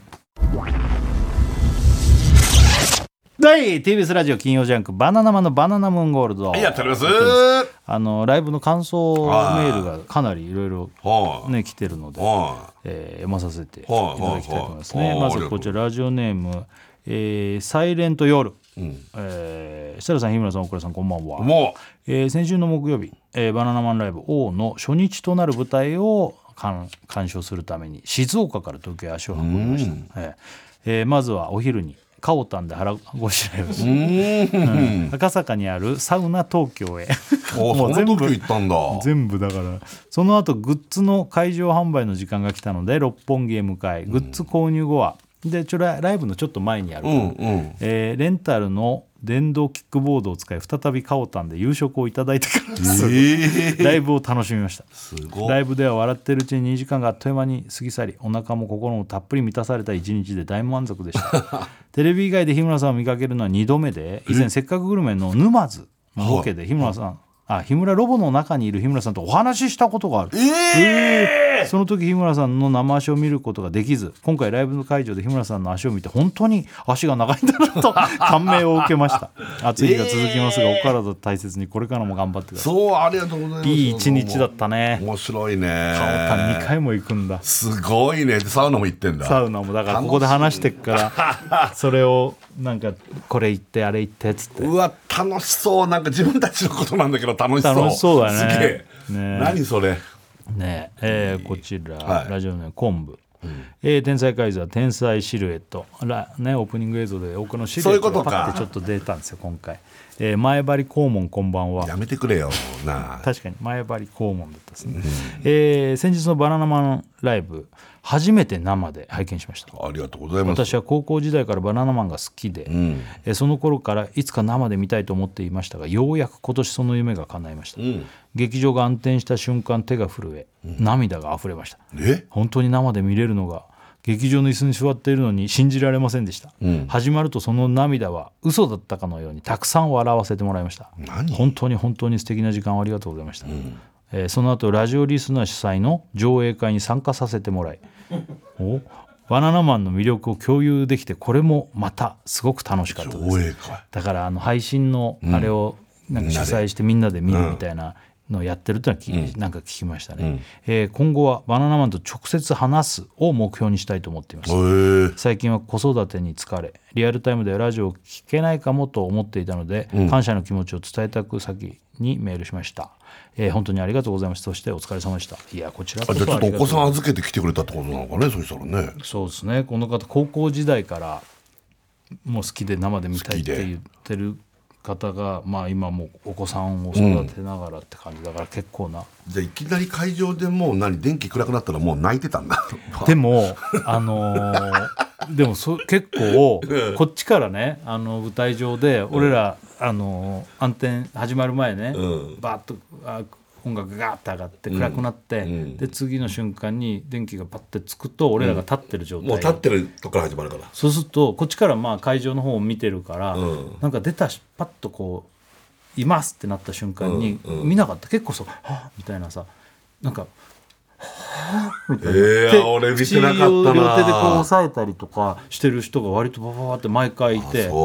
TBS ラジオ金曜ジャンクバナナマンのバナナムーンゴールド、 やっております。 ライブの感想メールがかなりいろいろ来てるので、読まさせていただきたいと思いますね。まずこちらラジオネーム、サイレント夜、設楽さん、日村さん、大倉さん、こんばんは。先週の木曜日、バナナマンライブ O の初日となる舞台を鑑賞するために静岡から東京へ足を運びました。まずはお昼にカオタンで腹ごしらえをし、赤坂にあるサウナ東京へもう全部行ったんだ。 全部だから。その後グッズの会場販売の時間が来たので六本木へ向かい、グッズ購入後はでライブのちょっと前にある、レンタルの電動キックボードを使い再びカオタンで夕食をいただいてからです、ライブを楽しみました。ライブでは笑ってるうちに2時間があっという間に過ぎ去り、お腹も心もたっぷり満たされた一日で大満足でしたテレビ以外で日村さんを見かけるのは2度目で、以前せっかくグルメの沼津のロケで日村さん、日村ロボの中にいる日村さんとお話ししたことがある。その時日村さんの生足を見ることができず、今回ライブの会場で日村さんの足を見て本当に足が長いんだなと感銘を受けました暑い日が続きますが、お体大切にこれからも頑張ってください。 そう、ありがとうございます。 いい一日だったね。 面白いね。 カオタン2回も行くんだ。 すごいね。サウナも行ってんだ。 サウナもだからここで話してっからそれをなんかこれ行ってあれ行ってっつって、 うわ楽しそう。なんか自分たちのことなんだけど楽しそう。 楽しそうだね。 すげえ。何それね。こちら、ラジオネーム昆布、天才カイザー天才シルエット、オープニング映像で奥のシルエットがパッてちょっと出たんですよ今回。前張黄門こんばんは。 やめてくれよな。 確かに前張黄門だったですね。先日のバナナマンライブ初めて生で拝見しました。 ありがとうございます。 私は高校時代からバナナマンが好きで、その頃からいつか生で見たいと思っていましたが、ようやく今年その夢が叶いました。劇場が暗転した瞬間手が震え、涙があふれました。本当に生で見れるのが劇場の椅子に座っているのに信じられませんでした。始まるとその涙は嘘だったかのようにたくさん笑わせてもらいました。本当に本当に素敵な時間をありがとうございました。その後ラジオリスナー主催の上映会に参加させてもらいバナナマンの魅力を共有できて、これもまたすごく楽しかったです。だから配信のあれをなんか主催してみんなで見るみたいなのをやってるってのはなんか聞きましたね。今後はバナナマンと直接話すを目標にしたいと思っています。最近は子育てに疲れリアルタイムでラジオを聞けないかもと思っていたので、感謝の気持ちを伝えたく先にメールしました。本当にありがとうございます。そしてお疲れ様でした。いやこちらこそ。 じゃあちょっとお子さん預けてきてくれたってことなのかね。そしたらね。 そうですね。この方高校時代からもう好きで生で見たいって言ってる方が、今もうお子さんを育てながらって感じだから結構な。 じゃあいきなり会場でもう電気暗くなったらもう泣いてたんだでもでも結構こっちからね舞台上で俺ら暗転始まる前ね、バーッと音楽がガーッて上がって暗くなって、で次の瞬間に電気がパッてつくと俺らが立ってる状態、 もう立ってるとこから始まるから、 そうするとこっちから会場の方を見てるから、なんか出たしパッとこういますってなった瞬間に、見なかった結構そうはぁみたいなさ、なんかはぁみたいな、 俺見てなかったな。 口を両手でこう押さえたりとかしてる人が割とバババって毎回いて、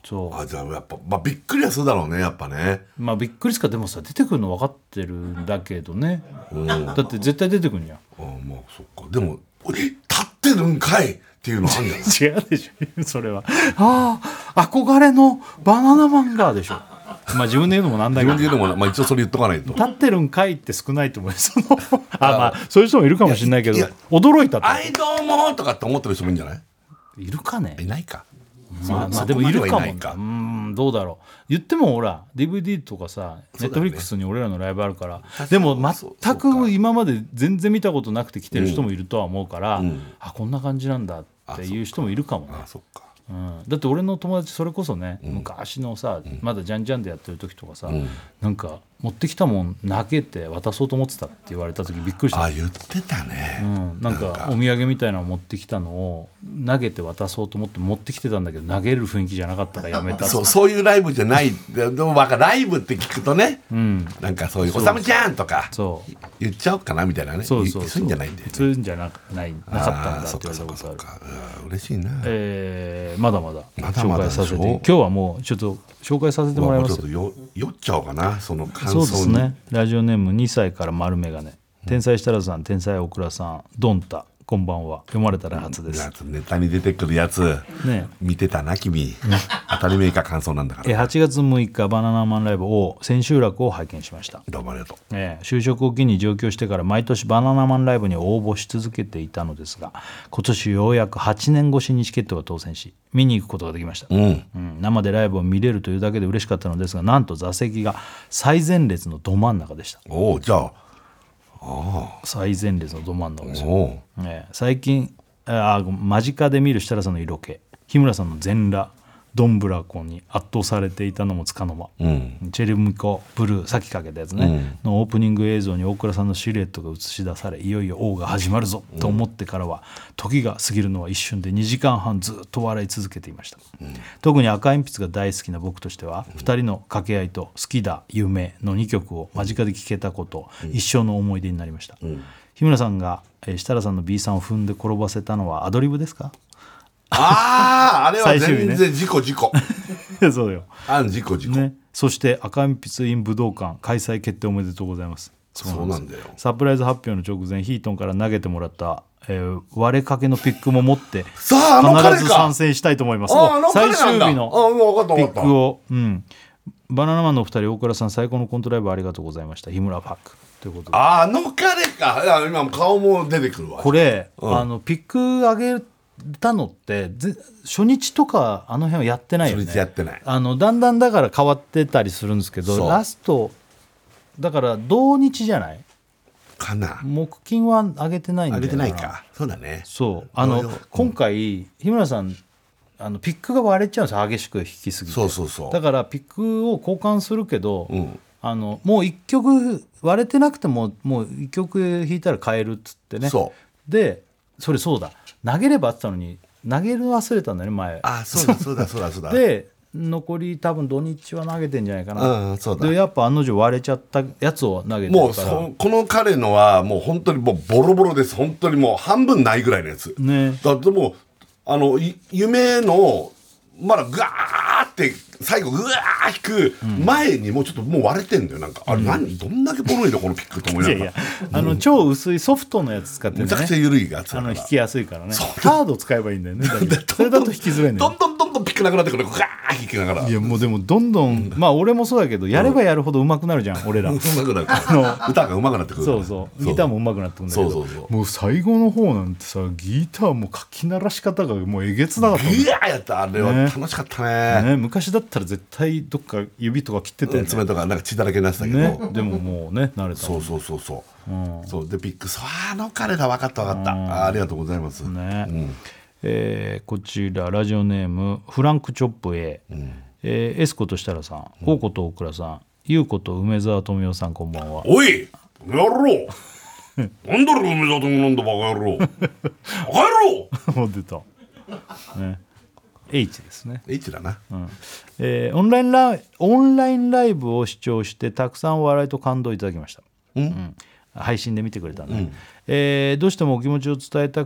そうじゃあやっぱ、びっくりはするだろうねやっぱね。 びっくりすか。でもさ出てくるの分かってるんだけどね、だって絶対出てくるんじゃん。 そっか。でも立ってるんかいっていうのあるんじゃない違うでしょそれは。憧れのバナナマンガーでしょ。自分で言うのもなんだけど、 自分で言うのも、一応それ言っとかないと。 立ってるんかいって少ないと思うよ。そういう人もいるかもしれないけど、驚いたって。 どうもとかって思ってる人もいるんじゃない？ いるかね。 いないか。 でもいるかも。どうだろう。言ってもほら DVD とかさ、ネットフリックスに俺らのライブあるから、でも全く今まで全然見たことなくて来てる人もいるとは思うから、こんな感じなんだっていう人もいるかもね。だって俺の友達それこそね、昔のさまだジャンジャンでやってる時とかさ、なんか持ってきたもん投げて渡そうと思ってたって言われた時びっくりした。 言ってたね。 なんかお土産みたいなの持ってきたのを投げて渡そうと思って持ってきてたんだけど、投げる雰囲気じゃなかったからやめた。 そういうライブじゃない。でもライブって聞くとね、なんかそういう「おさむちゃん」とか言っちゃおうかなみたいなね。そういうんじゃないんで、 そういうんじゃなかったんだって言われたことある。 嬉しいな。 まだまだ紹介させて、今日はもうちょっと紹介させてもらいます。 ちょっと酔っちゃおうかな、その感想に。 そうですね。ラジオネーム2歳から丸眼鏡、天才設楽さん、天才大倉さん、ドンタ、こんばんは。読まれたら初です。 ネタに出てくるやつ、ね、見てたな君。当たり前か感想なんだから。 8月6日バナナマンライブを千秋楽を拝見しました。 どうもありがとう。 就職を機に上京してから毎年バナナマンライブに応募し続けていたのですが、今年ようやく8年越しにチケットが当選し見に行くことができました。生でライブを見れるというだけで嬉しかったのですが、なんと座席が最前列のど真ん中でした。 じゃあ最前列のど真ん中ですよ。最近間近で見る設楽さんの色気、日村さんの全裸ドンブラコンに圧倒されていたのもつかの間、チェルミコブルーさっきかけたやつね、のオープニング映像に大倉さんのシルエットが映し出され、いよいよ王が始まるぞと思ってからは、時が過ぎるのは一瞬で2時間半ずっと笑い続けていました。特に赤鉛筆が大好きな僕としては、2人の掛け合いと好きだ夢の2曲を間近で聴けたこと、一生の思い出になりました。日村さんが設楽さんの B さんを踏んで転ばせたのはアドリブですか？ あれは全然事故そうよ。 事故、 ね、そして赤鉛筆 in 武道館開催決定おめでとうございます。 そうなんだよ。 サプライズ発表の直前、ヒートンから投げてもらった、割れかけのピックも持って必ず参戦したいと思います。最終日のピックを、バナナマンのお二人、大倉さん最高のコントライブありがとうござざいました。日村ファックということで、 彼か。今顔も出てくるわ。 これ、ピック上げたのって初日とかあの辺はやってないよね。 初日やってない。 だんだんだから変わってたりするんですけど、ラストだから同日じゃないかな。 木金は上げてないんだよな。 上げてないか。そうだね。 今回日村さんピックが割れちゃうんですよ、激しく弾きすぎて。だからピックを交換するけど、もう1曲割れてなくてももう1曲弾いたら変えるっつってね。でそうだ、投げればあったのに投げる忘れたんだよね前。 そうだで残り多分土日は投げてんじゃないかな。でやっぱ案の定割れちゃったやつを投げてるから、 この彼のはもう本当にもうボロボロです。本当にもう半分ないぐらいのやつ、だってもう夢のまだガーって最後うわー弾く前にもうちょっともう割れてんだよ。なんかどんだけボロいのこのピックと思いながら。 超薄いソフトのやつ使ってね、 めちゃくちゃ緩いやつだから弾きやすいからね。ハード使えばいいんだよね。それだと弾きづらいんだよ。 どんどんピックなくなってくる。ガー弾きながら。 いやもうでもどんどん俺もそうだけど、やればやるほど上手くなるじゃん俺ら。 上手くなる。歌が上手くなってくる。 ギターも上手くなってくるんだけど、もう最後の方なんてさ、ギターもかき鳴らし方がもうえげつなかった。 いややった。あれは楽しかったね。 昔だったら絶対どっか指とか切ってたよね。 爪とかなんか血だらけになってたけど、 でももうね慣れた。 そうでピック彼だ。分かったありがとうございますね。 こちらラジオネームフランクチョップ A、エスコと設楽さん、コウコと大倉さん、ユウコと梅沢富美男さん、こんばんは。 おいやろうなんだろ梅沢富美男なんだバカ野郎バカ野郎もう出たね。H ですね。 H だな。 オンラインライブを視聴してたくさん笑いと感動いただきました。配信で見てくれたんで、どうしてもお気持ちを伝えたく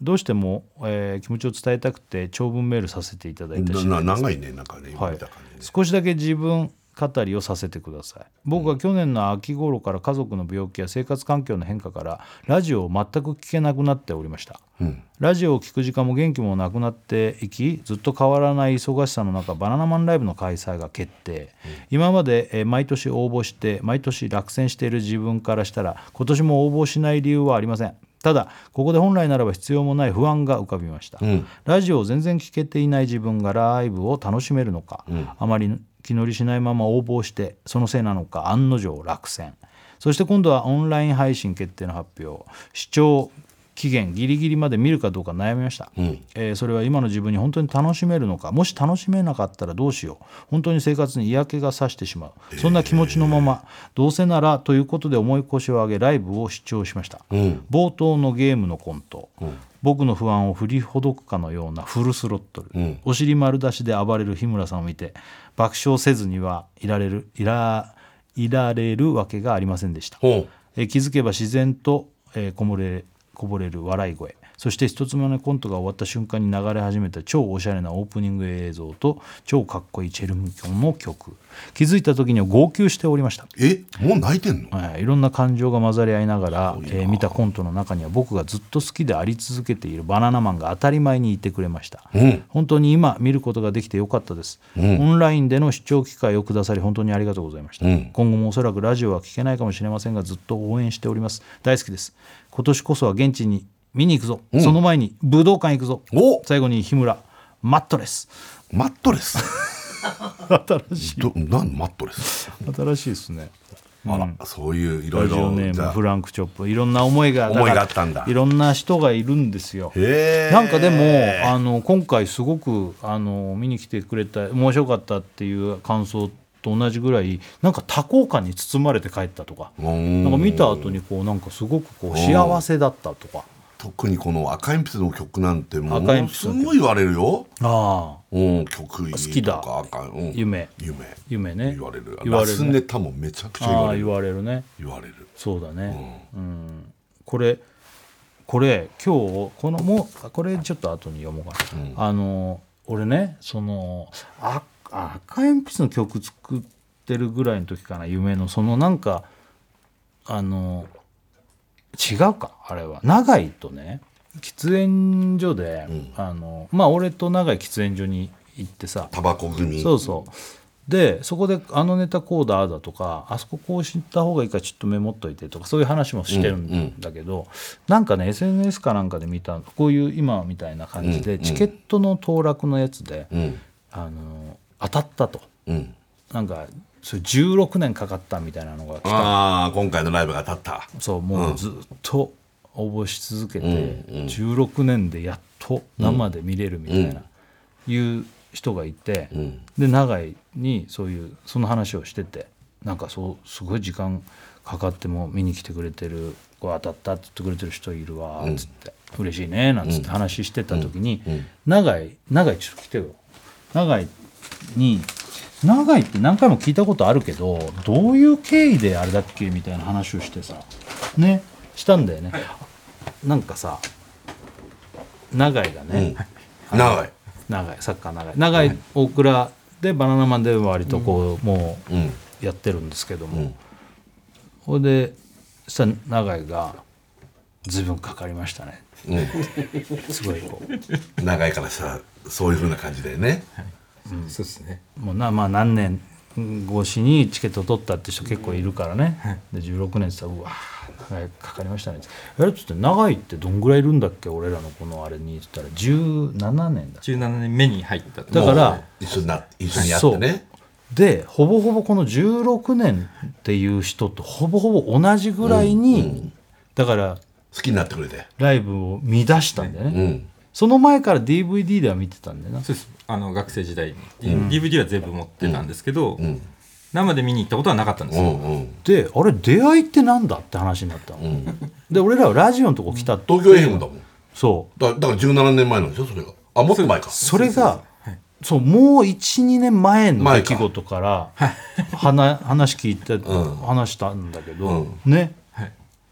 どうしても、気持ちを伝えたくて長文メールさせていただいた次第です。 長いね、なんかね、今見た感じね。 少しだけ自分語りをさせてください。僕は去年の秋頃から家族の病気や生活環境の変化からラジオを全く聞けなくなっておりました。ラジオを聞く時間も元気もなくなっていき、ずっと変わらない忙しさの中、バナナマンライブの開催が決定。今まで、毎年応募して毎年落選している自分からしたら、今年も応募しない理由はありません。ただここで本来ならば必要もない不安が浮かびました。ラジオを全然聞けていない自分がライブを楽しめるのか、あまり気乗りしないまま応募して、そのせいなのか案の定落選。そして今度はオンライン配信決定の発表。視聴期限ギリギリまで見るかどうか悩みました。それは今の自分に本当に楽しめるのか、もし楽しめなかったらどうしよう、本当に生活に嫌気がさしてしまう、そんな気持ちのまま、どうせならということで重い腰を上げライブを視聴しました。冒頭のゲームのコント、僕の不安を振りほどくかのようなフルスロットル、お尻丸出しで暴れる日村さんを見て爆笑せずにはいられるわけがありませんでした。気づけば自然と、こぼれる笑い声、そして一つ目のコントが終わった瞬間に流れ始めた超おしゃれなオープニング映像と超かっこいいチェルミコンの曲、気づいた時には号泣しておりました。 もう泣いてんの？ いろんな感情が混ざり合いながら、見たコントの中には僕がずっと好きであり続けているバナナマンが当たり前にいてくれました。本当に今見ることができてよかったです。オンラインでの視聴機会をくださり本当にありがとうございました。今後もおそらくラジオは聞けないかもしれませんが、ずっと応援しております。大好きです。今年こそは現地に見に行くぞ、その前に武道館行くぞ。最後に日村マットレス新しい何マットレス新しいですね。 そういういろいろラジオネームフランクチョップ、いろんな思いがあったんだ。 いろんな人がいるんですよ。なんかでも今回すごく見に来てくれた、面白かったっていう感想と同じぐらい、なんか多幸感に包まれて帰ったとか、なんか見た後にこうなんかすごくこう幸せだったとか。 特にこの赤鉛筆の曲なんてもうすごい言われるよ。曲好きだ、夢ね、 言われる。ラスネタもめちゃくちゃ言われる。言われる。 そうだね。これ今日これちょっと後に読もうかな。俺ね、その赤鉛筆の曲作ってるぐらいの時かな、夢のそのなんか違うか、あれは長井とね喫煙所で、俺と長井喫煙所に行ってさ、 タバコ組、 そうでそこでネタこうだあだとか、あそここうした方がいいからちょっとメモっといてとか、そういう話もしてるんだけど、なんかね SNS かなんかで見たこういう今みたいな感じで、チケットの当落のやつで、当たったと、なんかそれ16年かかったみたいなのが来た。 今回のライブが当たった。 そう、もうずっと応募し続けて、16年でやっと生で見れるみたいな、いう人がいて、で長井にその話をしてて、なんかそうすごい時間かかっても見に来てくれてる、こう当たったって言ってくれてる人いるわっつって、嬉しいねなんつって話してた時に、長井ちょっと来てよ。長井って何回も聞いたことあるけど、どういう経緯であれだっけみたいな話をしてさね、したんだよね。なんかさ、長井がね、長井サッカー長井大倉でバナナマンで割とこう、もうやってるんですけども、それでしたら長井が随分かかりましたね、すごいこう長井からさ、そういう風な感じでね、 そうですね。 もう何年越しにチケットを取ったって人結構いるからね。で16年って言ったら、うわ長いかかりましたね。ちょっと長いってどんぐらいいるんだっけ俺らのこのあれにって言ったら17年だ。 17年目に入った。 だから一緒にやってね。 でほぼほぼこの16年っていう人とほぼほぼ同じぐらいに、だから好きになってくれてライブを見出したんだよね。その前から DVD では見てたんだよな。 そうです。学生時代に、DVD は全部持ってたんですけど、生で見に行ったことはなかったんですよ。 であれ出会いってなんだって話になったの。で俺らはラジオのとこ来たって、 東京 FM だもん。 そうだから17年前なんでしょそれが。もっと前か。 それがそうもう 1,2 年前の出来事から話聞いて、話したんだけどね。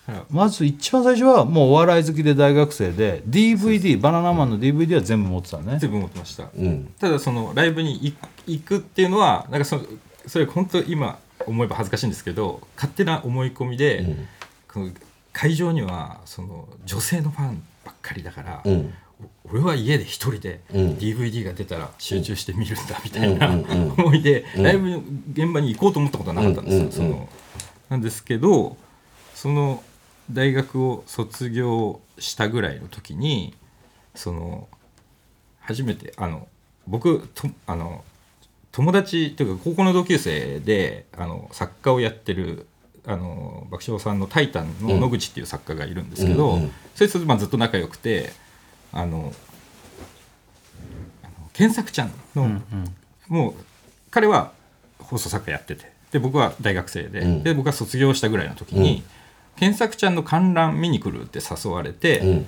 まず一番最初はもうお笑い好きで大学生で DVD バナナマンの DVD は全部持ってたね。 全部持ってました、ただそのライブに行くっていうのはなんかそれ本当今思えば恥ずかしいんですけど勝手な思い込みで、この会場にはその女性のファンばっかりだから、俺は家で一人で DVD が出たら集中して見るんだみたいな思いでライブの現場に行こうと思ったことはなかったんですよ。なんですけどその大学を卒業したぐらいの時にその初めて僕友達というか高校の同級生で作家をやってる爆笑さんのタイタンの野口っていう作家がいるんですけど、そいつとずっと仲良くて検索ちゃんの、もう彼は放送作家やっててで僕は大学生で、で僕が卒業したぐらいの時に、検索ちゃんの観覧見に来るって誘われて、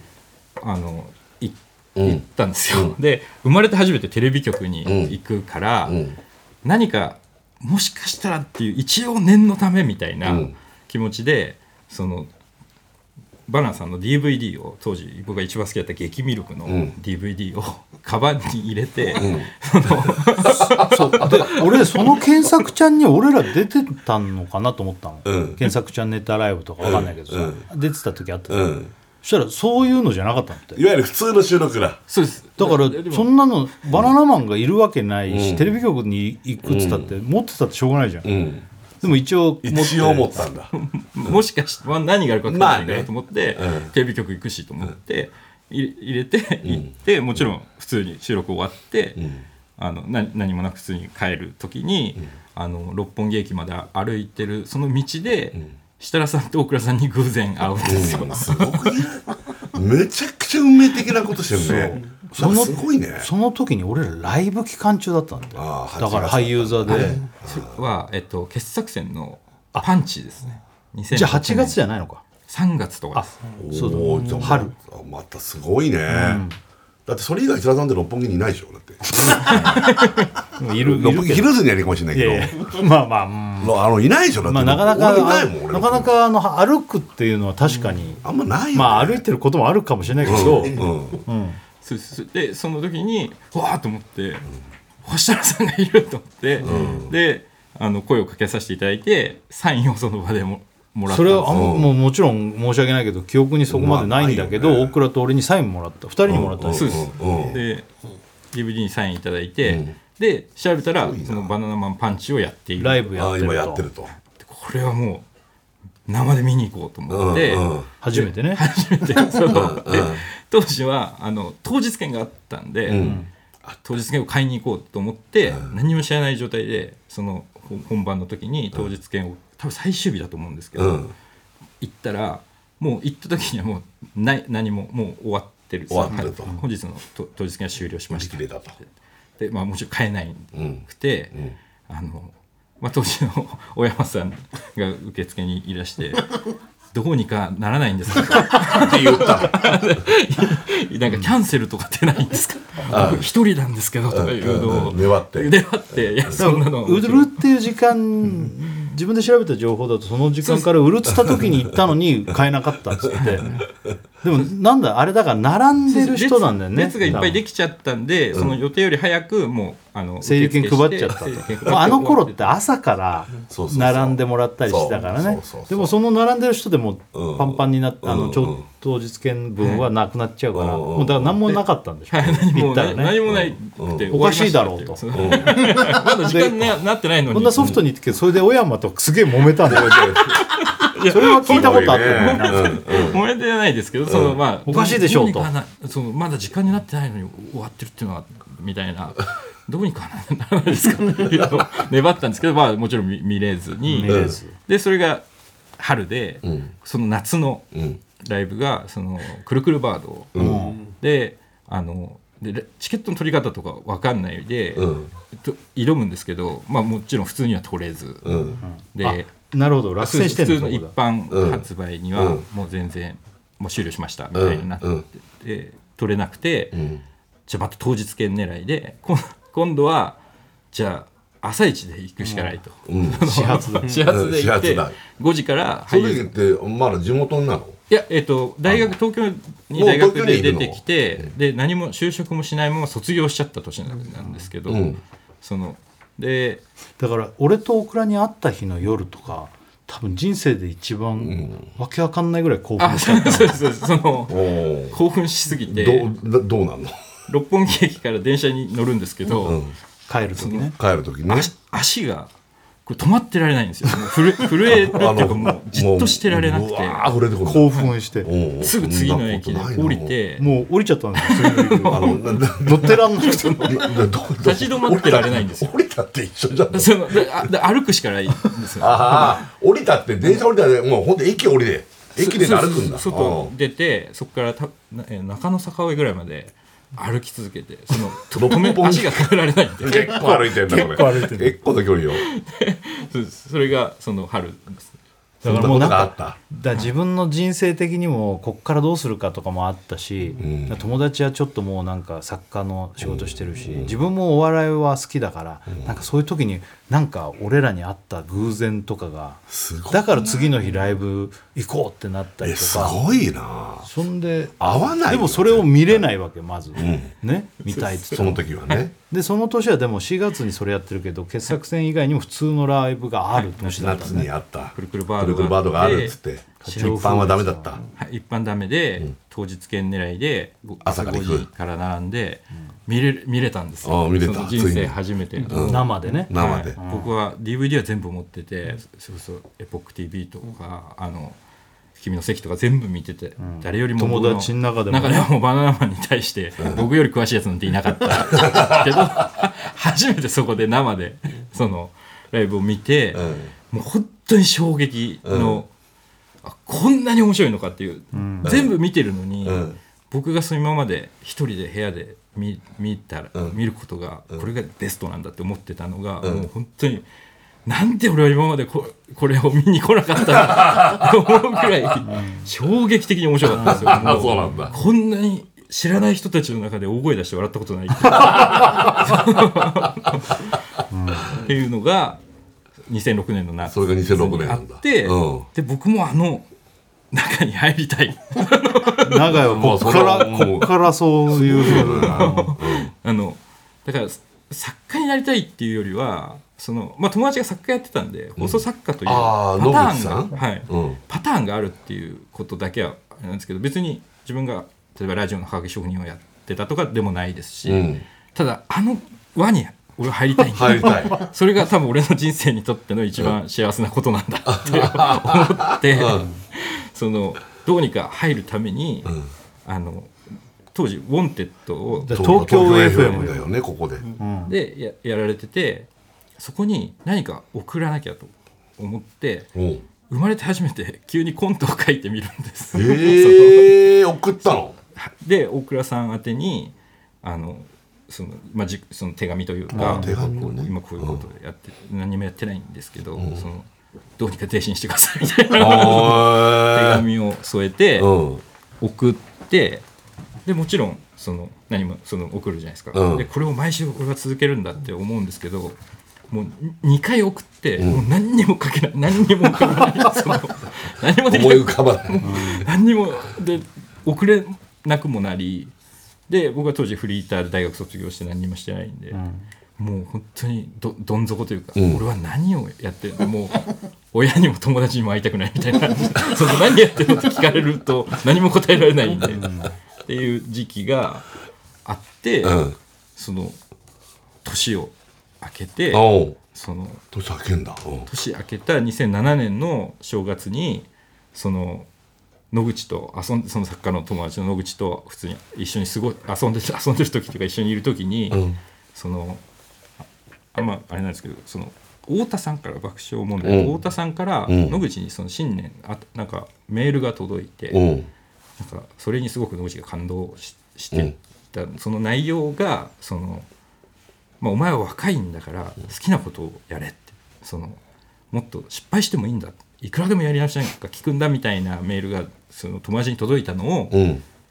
行ったんですよ。で生まれて初めてテレビ局に行くから、何かもしかしたらっていう一応念のためみたいな気持ちで、そのバナナさんの DVD を当時僕が一番好きだった激ミルクの DVD をカバンに入れて、 そうで俺その検索ちゃんに俺ら出てたのかなと思ったの、検索ちゃんネタライブとか分かんないけどさ、出てた時あった、そしたらそういうのじゃなかったのって、 いわゆる普通の収録だ。 そうです。 だからそんなのバナナマンがいるわけないし、テレビ局に行くっつったって、持ってたってしょうがないじゃん、でも一応持ってたんだもしかして何があるか分からないかなと思って、テレビ局行くしと思って入れて行って、もちろん普通に収録終わって、何もなく普通に帰る時に、六本木駅まで歩いてるその道で、設楽さんと大倉さんに偶然会うんですよ。 すごくめちゃくちゃ運命的なことしてるね。すごいね。 その時に俺らライブ期間中だったんだよ。だから俳優座で、 それは、傑作選のパンチですね。 じゃあ8月じゃないのか。 3月とかです。 そうだ、春。 またすごいね、だってそれ以外設楽さんって六本木にいないでしょ。だって六本木ヒルズにやるかもしれないけど、 まあいないでしょ。だってなかなか歩くっていうのは確かにあんまないよね。 まあ歩いてることもあるかもしれないけど、 でその時にわーっと思って、設楽さんがいると思って、で声をかけさせていただいてサインをその場でもらったんです。 それはもうもちろん申し訳ないけど記憶にそこまでないんだけど、大倉と俺にサインもらった、2人にもらったんです。 で DVD にサインいただいて、で調べたらそのバナナマンパンチをやっている、 ライブやってると、 これはもう生で見に行こうと思って、 初めてね当時は当日券があったんで、当日券を買いに行こうと思って、何も知らない状態でその本番の時に当日券を多分最終日だと思うんですけど、行ったらもう行った時にはもう何ももう終わってる、本日の当日券は終了しましたで、もちろん買えないくて、当時の小山さんが受付にいらしてどうにかならないんですかって言ったなんかキャンセルとか出ないんですか、一人なんですけどとかいうのを粘っていやそんなの売るっていう時間、自分で調べた情報だとその時間から売るっつった時に行ったのに買えなかったっつってでもなんだあれだから並んでる人なんだよね。 列がいっぱいできちゃったんで、その予定より早くもう整理券配っちゃったと。あの頃って朝から並んでもらったりしてたからね。でもその並んでる人でもパンパンになって当日券分はなくなっちゃうから、もうだから何もなかったんでしょ。 何もないくておかしいだろうと。 まだ時間になってないのに。 こんなソフトに行ってそれで小山とすげえ揉めたんだよ。それは聞いたことあって揉めてないですけど、 おかしいでしょうと。 まだ時間になってないのに終わってるっていうのはみたいな、どうにかならないですかっていうのを粘ったんですけど、もちろん見れずに、でそれが春で、その夏のライブがそのくるくるバードで、チケットの取り方とか分かんないで、挑むんですけど、もちろん普通には取れず、でなるほど、落選してる普通の一般発売にはもう全然もう終了しましたみたいになってて、取れなくて、じゃあまた当日券狙いで今度はじゃあ朝一で行くしかないと、 始発で行って5時からその時ってまだ地元なの？ いや、東京に大学で出てきて、で何も就職もしないまま卒業しちゃった年なんですけど、でだから俺と大倉に会った日の夜とか多分人生で一番わけわかんないぐらい興奮しちゃった、興奮しすぎてどうなんの？ 六本木駅から電車に乗るんですけど、 帰る時ね足がこれ止まってられないんですよ。もう震えるっていうか、もうじっとしてられなくて興奮してすぐ次の駅で降りて、 もう降りちゃったんですよ乗ってらんない立ち止まってられないんですよ。 降りたって一緒じゃん。 歩くしかないんですよ。 降りたって電車降りたらもうほんと駅降りで駅で歩くんだ。 外出てそこから中野坂上ぐらいまで歩き続けて、足が止められないんで結構歩いてんだこれ。結構な距離よ。 それがその春です。 だからもうなんか自分の人生的にもこっからどうするかとかもあったし、友達はちょっともうなんか作家の仕事してるし、自分もお笑いは好きだから、なんかそういう時になんか俺らにあった偶然とかがだから次の日ライブ行こうってなったりとか、 すごいな。 そんで合わない。 でもそれを見れないわけまず、ね、見たいってその時はね。 でその年はでも4月にそれやってるけど傑作選以外にも普通のライブがある年だった夏にあったくるくるバードがあるっつって、一般はダメだった。 一般ダメで、当日券狙いで朝5時から並んで見れたんですよ。 見れた。 その人生初めて生でね。 生で僕は DVD は全部持ってて、そうエポック TV とか君の席とか全部見てて、誰よりも友達の中でもバナナマンに対して僕より詳しいやつなんていなかったけど初めてそこで生でそのライブを見て、もう本当に衝撃の、こんなに面白いのかっていう、全部見てるのに、僕がその今まで一人で部屋で見ることがこれがベストなんだって思ってたのが、もう本当になんで俺は今までこれを見に来なかったのと思うくらい衝撃的に面白かったんですよ。 そうなんだ。 こんなに知らない人たちの中で大声出して笑ったことないっていうのが2006年の夏にあって、で僕も中に入りたい。 長よこっからそういうふうなだから作家になりたいっていうよりは友達が作家やってたんで、放送作家というパターンがあるっていうことだけはなんですけど、別に自分が例えばラジオのハガキ職人をやってたとかでもないですし、ただ輪に俺は入りたいんだそれが多分俺の人生にとっての一番幸せなことなんだって思ってどうにか入るために、当時ウォンテッドを東京 FM だよね、ここで、 で やられてて、そこに何か送らなきゃと思って生まれて初めて急にコントを書いてみるんです。 送ったので大倉さん宛てにその手紙というか、今こういうことでやって何もやってないんですけど、どうにか提出してくださいみたいな手紙を添えて送って、でもちろん何も送るじゃないですか、でこれを毎週俺は続けるんだって思うんですけど、もう2回送って、もう何にも書けない、何にも送らない何もできない、 思い浮かばない、 何にもで送れなくもなり、で僕は当時フリーターで大学卒業して何にもしてないんで、もう本当にどん底というか、俺は何をやってるの、もう親にも友達にも会いたくないみたいな何やってるのって聞かれると何も答えられないんで、っていう時期があって、年を明けて、 年明けた2007年の正月に野口とその作家の友達の野口と普通に一緒に遊んでる時とか一緒にいる時に、あれなんですけど、太田さんから爆笑問題、太田さんから野口に新年なんかメールが届いて、なんかそれにすごく野口が感動してた、その内容がお前は若いんだから好きなことをやれって、もっと失敗してもいいんだ、いくらでもやり直しなんか聞くんだみたいなメールが友達に届いたのを、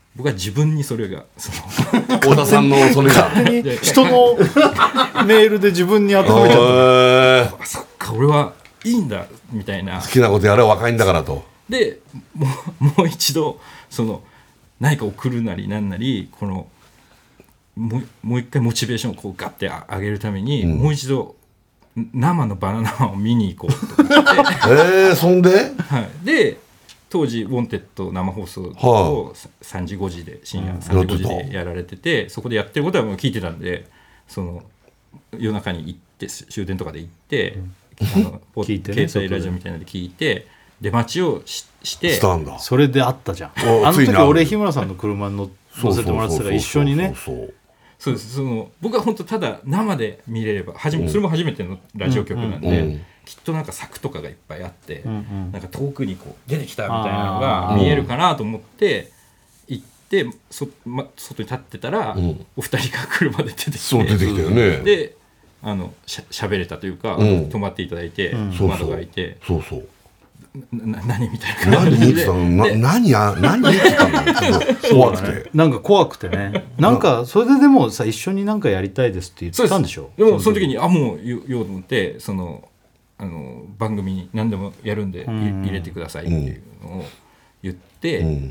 僕は自分にそれが太田さんのそれが人のメールで自分に当てはめちゃった。 あ、そっか俺はいいんだみたいな。 好きなことやれ若いんだからと。 でもう一度何か送るなりなんなりもう一回モチベーションをこうガッて上げるために、もう一度生のバナナマンを見に行こうと思ってそんで、 はい、で当時ウォンテッド生放送を3時5時で深夜3時5時でやられてて、そこでやってることはもう聞いてたんで夜中に行って終電とかで行って聞いてね、 携帯ラジオみたいなので聞いて出待ちをしてしたんだ。 それであったじゃん。あの時俺日村さんの車に乗せてもらってたから一緒にね。 そうです。僕は本当ただ生で見れればそれも初めてのラジオ局なんで、きっとなんか柵とかがいっぱいあって、なんか遠くにこう出てきたみたいなのが見えるかなと思って行って外に立ってたら、お二人が車で出てきて、 そう出てきたよね。 で喋れたというか、止まっていただいて、窓が開いて、 そうそう。 何みたいな感じで何言ってたの怖くて、 なんか怖くてね。なんかそれででもさ一緒になんかやりたいですって言ってたんでしょ。 でもその時にもう言おうと思って番組に何でもやるんで入れてくださいっていうのを言って、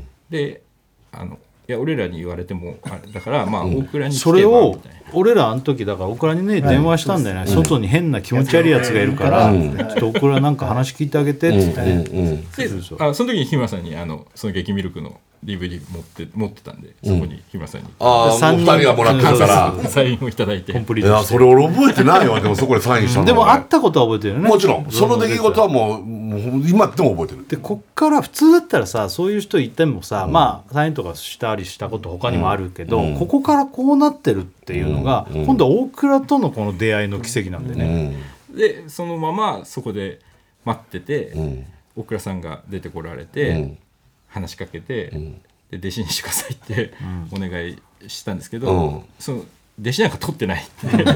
でいや俺らに言われてもあれだから大倉に来てそれを俺らあの時だから大倉にね電話したんだよね。外に変な気持ち悪いやつがいるからちょっと大倉なんか話聞いてあげてって言ってその時に日村さんにその激ミルクの DVD 持ってたんで、そこに日村さんに 2人がもらってるからサインをいただいて、 コンプリートして。 それ俺覚えてないわ。でもそこでサインしたのでも会ったことは覚えてるよね。 もちろんその出来事はもう今でも覚えてる。 でこっから普通だったらさそういう人いてもさ、サインとかしたりしたこと他にもあるけど、ここからこうなってるっていうのが、今度は大倉とのこの出会いの奇跡なんでね。 でそのままそこで待ってて、大倉さんが出てこられて、話しかけて、で弟子にしてくださいってお願いしたんですけど、その弟子なんか取ってない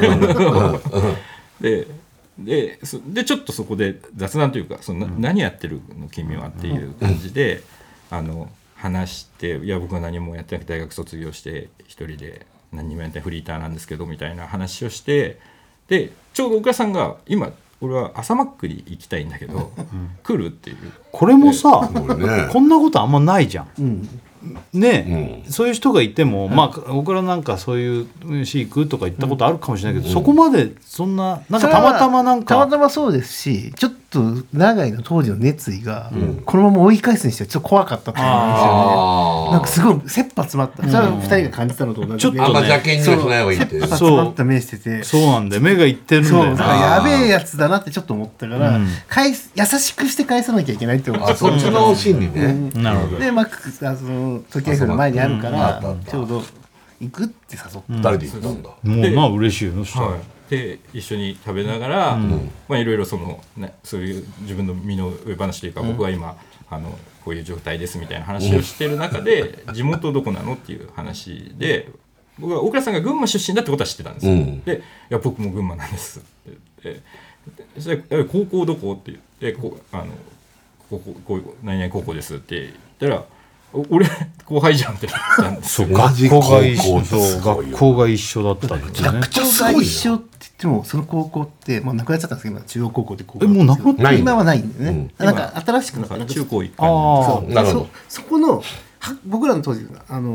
ってでちょっとそこで雑談というか何やってるの君はっていう感じで話して、いや僕は何もやってなくて大学卒業して一人で何にもやってないフリーターなんですけどみたいな話をして、でちょうど大倉さんが今俺は朝マックに行きたいんだけど、来るっていう。 これもさ、こんなことあんまないじゃん。ね、そういう人がいても、僕らなんかそういうシークとか行ったことあるかもしれないけど、そこまでそんななんかたまたまなんかたまたまそうですし、ちょっと永井の当時の熱意がこのまま追い返すにしてはちょっと怖かったっていうのがあるんですよね。なんかすごい切羽詰まった、それは2人が感じたのと同じで、 ちょっとね邪険にはしない方がいいっていう、 切羽詰まった目してて、 そうなんで目がいってるんだよな。 やべえやつだなってちょっと思ったから、優しくして返さなきゃいけないって思って、 そっちの心理ね。 なるほど。 でマックスが時計の前にあるからちょうど行くって誘って、 誰で行ったんだ。 もう嬉しいよ。 で一緒に食べながら、いろいろそういう自分の身の上話というか、僕は今こういう状態ですみたいな話をしてる中で、地元どこなのっていう話で、僕は大倉さんが群馬出身だってことは知ってたんですよ。でいや僕も群馬なんですって言って、それ高校どこって言って、こう何々高校ですって言ったら、俺後輩じゃんってなったんですよ。 学校が一緒だったんですよね。 学校が一緒って言ってもその高校ってなくなっちゃったんですけど、今中央高校で高校もうなくなった今はないんだよね。なんか新しくなった中高一貫。 そこの僕らの当時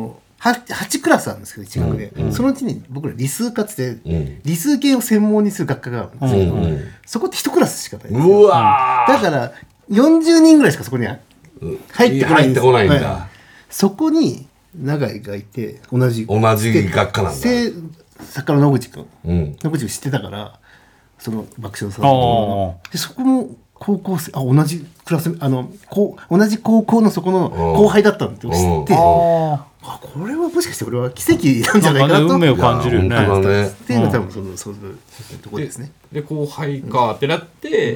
8クラスあるんですけど1学で、そのうちに僕ら理数科って理数系を専門にする学科があるんですけど、そこって1クラスしかないんですよ。だから40人ぐらいしかそこに入ってこないんだ。そこに永井がいて同じ学科なんだ。 作家の野口君、野口君知ってたから、その爆笑さんのでそこも高校生同じクラス同じ高校のそこの後輩だったんって知って、これはもしかして俺は奇跡なんじゃないかなと、 運命を感じるよね。 っていうのは多分そういうところですね。 で後輩かってなって、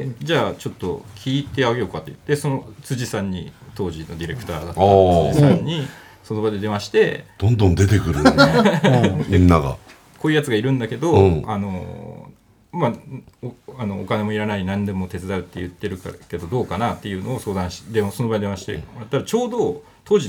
じゃあちょっと聞いてあげようかって言って、その辻さんに、当時のディレクターだった辻さんにその場で電話して、 どんどん出てくるみんながこういうやつがいるんだけど、お金もいらない、何でも手伝うって言ってるけどどうかなっていうのを相談し、でもその場で電話してもらったら、ちょうど当時の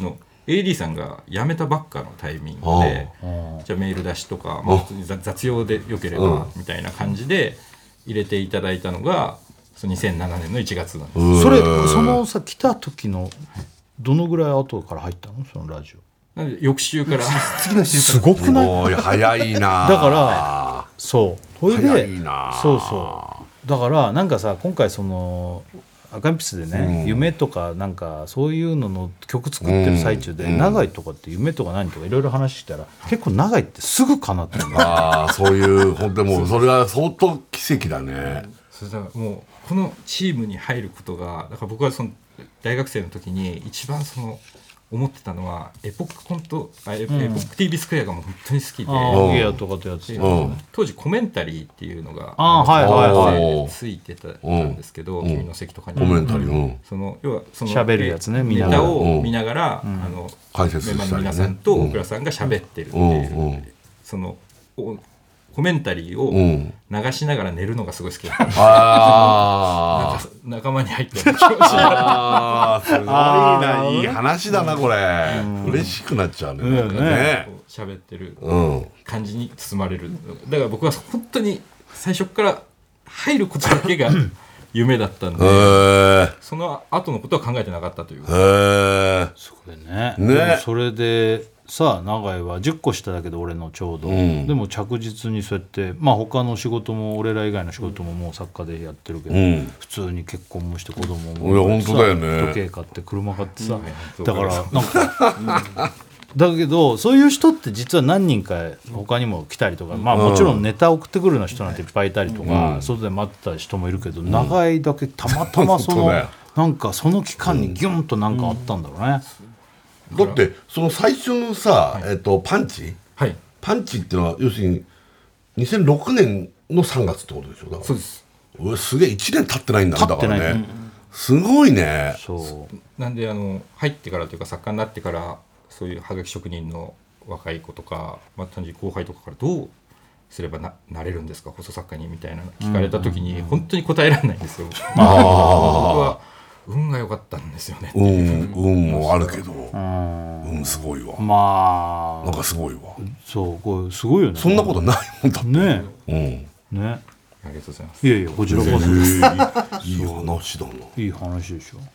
AD さんが辞めたばっかのタイミングで、じゃあメール出しとか、普通に雑用でよければみたいな感じで入れていただいたのがその2007年の1月なんです。 そのさ来た時のどのぐらい後から入ったのそのラジオ？ なんで翌週から次の週すごくない？ おい早いな。 だからそうそれで早いな。 そうだからなんかさ今回その赤鉛筆でね、夢とかなんかそういうのの曲作ってる最中で、長井とかって夢とか何とかいろいろ話したら結構長井ってすぐ叶ってるんだ。 ああそういう本当にもうそれは相当奇跡だね。 それだからもうこのチームに入ることがだから僕はその大学生の時に一番その思ってたのはエポックコントエポック TV スクエアがもう本当に好きで、 ギアとかとやつ、 当時コメンタリーっていうのがついてたんですけど、君の席とかにコメンタリー、 その要はその喋るやつね、 ネタを見ながら解説メンバーの皆さんと大倉さんが喋ってるっていうそのコメンタリーを流しながら寝るのがすごい好きだった。なんか仲間に入ってる気持ちあーすごいな、いい話だなこれ。嬉しくなっちゃうね。なんかね喋ってる感じに包まれる。だから僕は本当に最初から入ることだけが夢だったんで、その後のことは考えてなかったという。 すごいね。でもそれでさあ永井は10個下だけど俺のちょうど、でも着実にそうやってまあ他の仕事も俺ら以外の仕事ももう作家でやってるけど、普通に結婚もして子供も本当だよね。 時計買って車買ってさ、だからなんかだけどそういう人って実は何人か他にも来たりとか、まあもちろんネタ送ってくるような人なんていっぱいいたりとか、外で待ってた人もいるけど、永井だけたまたまそのなんかその期間にギュンとなんかあったんだろうね。 だってその最初のさ、パンチ、パンチっていうのは要するに2006年の3月ってことでしょ。だからそうです。 すげえ1年経ってないんだ。だからね、すごいね。 そうなんで入ってからというか作家になってからそういうはがき職人の若い子とか、単純に後輩とかからどうすればなれるんですか放送作家にみたいなの聞かれた時に本当に答えられないんですよ。僕は運が良かったんですよね。 運もあるけど、運すごいわ。 まあなんかすごいわ。 そうこれすごいよね。 そんなことないもんだってね。 ね。ありがとうございます。 いやいやこちらこそ。 いい話だな。 いい話でしょ。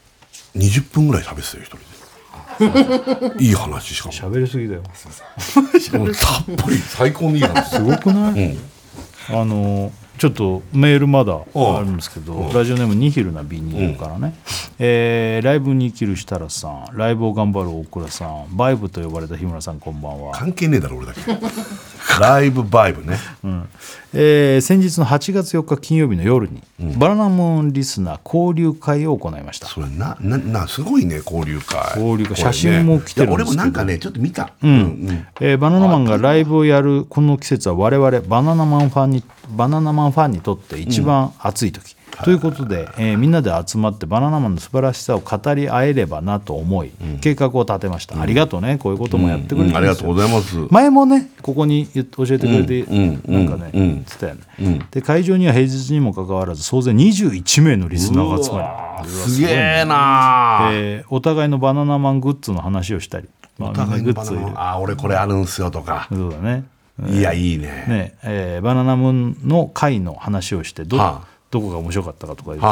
20分ぐらい喋ってたよ一人で。いい話しかも。 喋りすぎだよ。 たっぷり最高にいい話。 すごくない？ちょっとメールまだあるんですけど、ラジオネームニヒルなビニールからね、ライブに生きる設楽さん、ライブを頑張る大倉さん、バイブと呼ばれた日村さん、こんばんは。 関係ねえだろ俺だけライブバイブね、 先日の8月4日金曜日の夜に、バナナムーンリスナー交流会を行いました。 それすごいね交流会、 写真も来てるんですけど、 俺もなんかねちょっと見た、 バナナマンがライブをやるこの季節は我々バナナマンファンにとって一番暑い時、ということで、みんなで集まってバナナマンの素晴らしさを語り合えればなと思い、計画を立てました。ありがとうね、こういうこともやってくれてるんですよ。 ありがとうございます。 前もねここに教えてくれて、なんかね言ってたよね、で会場には平日にもかかわらず総勢21名のリスナーが集まり、 すげえな、 お互いのバナナマングッズの話をしたり、 お互いのバナナマン、俺これあるんすよとか、 そうだね、 いやいいね、 バナナムーンの回の話をしてどこが面白かったかとかいう、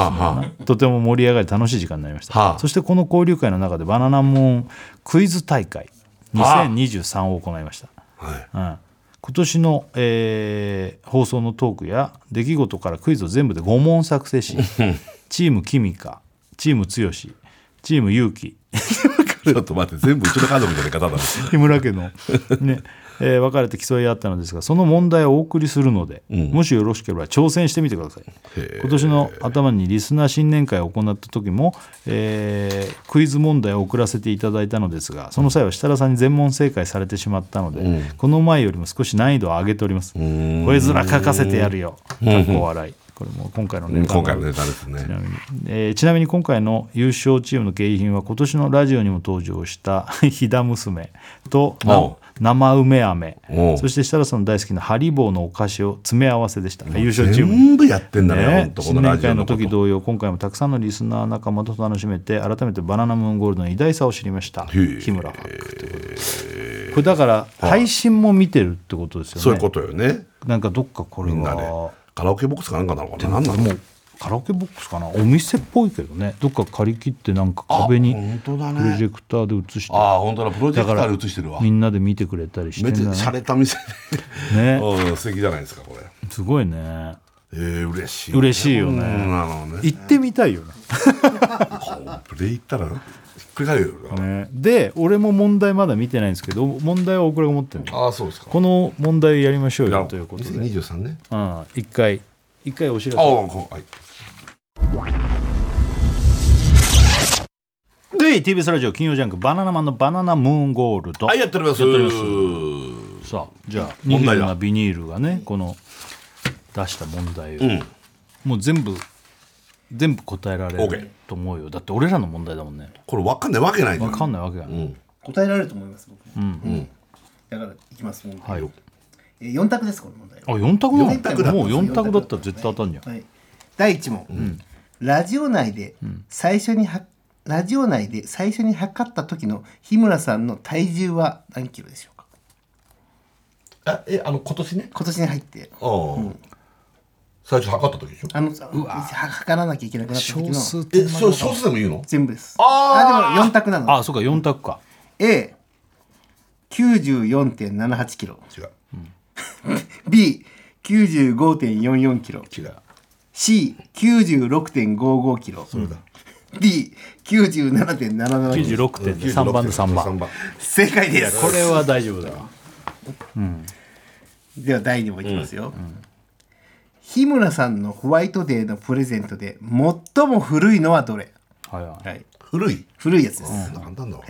とても盛り上がり楽しい時間になりました。そしてこの交流会の中でバナナムーンクイズ大会2023を行いました。今年の、放送のトークや出来事からクイズを全部で5問作成しチームキミカ、チーム剛、チーム勇気ちょっと待って、全部うちの家族の方だね日村家のね分かれて競い合ったのですが、その問題をお送りするので、もしよろしければ挑戦してみてください。今年の頭にリスナー新年会を行った時も、クイズ問題を送らせていただいたのですが、その際は設楽さんに全問正解されてしまったので、この前よりも少し難易度を上げております。これ面書かせてやるよ、かっこ笑い。これも今回のネタですね。 ちなみに今回の優勝チームの景品は今年のラジオにも登場した飛騨娘と生梅飴、そして設楽さんの大好きなハリボーのお菓子を詰め合わせでした。優勝チーム全部やってんだね、本当こ新のラジオ年会ののこと。 時同様、今回もたくさんのリスナー仲間と楽しめて、改めてバナナムーンゴールドの偉大さを知りました。日村ハックってことです。これだから配信も見てるってことですよね。 そういうことよね。 なんかどっかこれみんなではカラオケボックスかなんかなのかな。なんなの。 もうカラオケボックスかな、お店っぽいけどね、どっか借り切ってなんか壁にプロジェクターで映して、 ああ本当だ、プロジェクターで映してるわ。 みんなで見てくれたりしてめっちゃ洒落た店ね、 素敵じゃないですかこれ。 すごいね。 嬉しいね。 嬉しいよね。行ってみたいよね。 コンプレ行ったらひっくり返るよね。で俺も問題まだ見てないんですけど、問題は大倉が持ってるの。 ああそうですか。 この問題やりましょうよということで、 2023ね。 一回お知らせ。 はい。 で TBS ラジオ金曜ジャンクバナナマンのバナナムーンゴールド、 はい、やっております。 さあじゃあ2本なビニールがね、この出した問題を、もう全部答えられると思うよ。だって俺らの問題だもんね。 これ分かんないわけないじゃん。 分かんないわけがない、 答えられると思います僕も、だからいきます問題、4択です。この問題は 4択だ。もう4 四択択だったら絶対当たんじゃん。 第1問、ラジオ内で最初に測った時の日村さんの体重は何キロでしょうか。 今年ね。 今年に入って最初測った時でしょ。 測らなきゃいけなくなった時の少数少数でも言うの。 全部です。でも4択なの。 そうか4択か。 A94.78 キロ、 違う。 B95.44 キロ、 違う。 C96.55 キロ、D97.77 キロ。 96.3番で3番。 正解です。 これは大丈夫だわ。 では第2問いきますよ、日村さんのホワイトデーのプレゼントで最も古いのはどれ。 古いやつです。 簡単だわ。 はい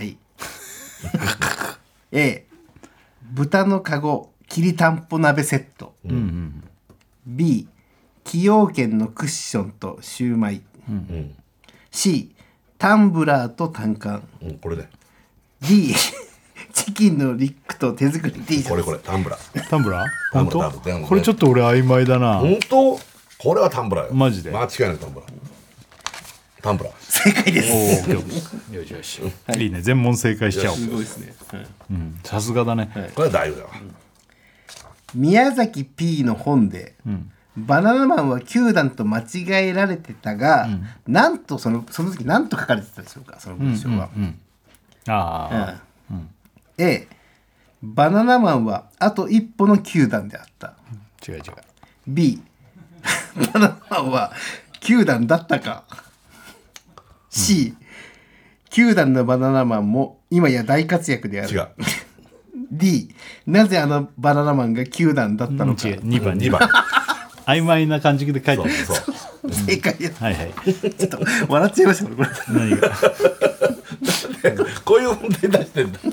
。A 豚のかごきりたんぽ鍋セット、B 崎陽軒のクッションとシューマイ、C タンブラーとタンカン、 これで D チキンのリックと手作り T シャツ。 これタンブラー。 タンブラー本当？ タンブラーこれちょっと俺曖昧だな。 本当？これはタンブラーよ。 マジで間違いないタンブラー。タンブラー。 正解です。 よしよし、いいね、全問正解しちゃおう。 すごいですね。 さすがだね。 これは大丈夫だわ。 宮崎 P の本で、バナナマンは9段と間違えられてたが、なんとその時何と書かれてたでしょうか、その文章は。A バナナマンはあと一歩の9段であった。 違う。 B バナナマンは9段だったか。C 9段のバナナマンも今や大活躍である。 違う。 D なぜあのバナナマンが9段だったのか。 2番曖昧な感じで書いてある。 正解です。 はいはい。 ちょっと笑っちゃいましたこれ。 何がこういう問題出してんだ。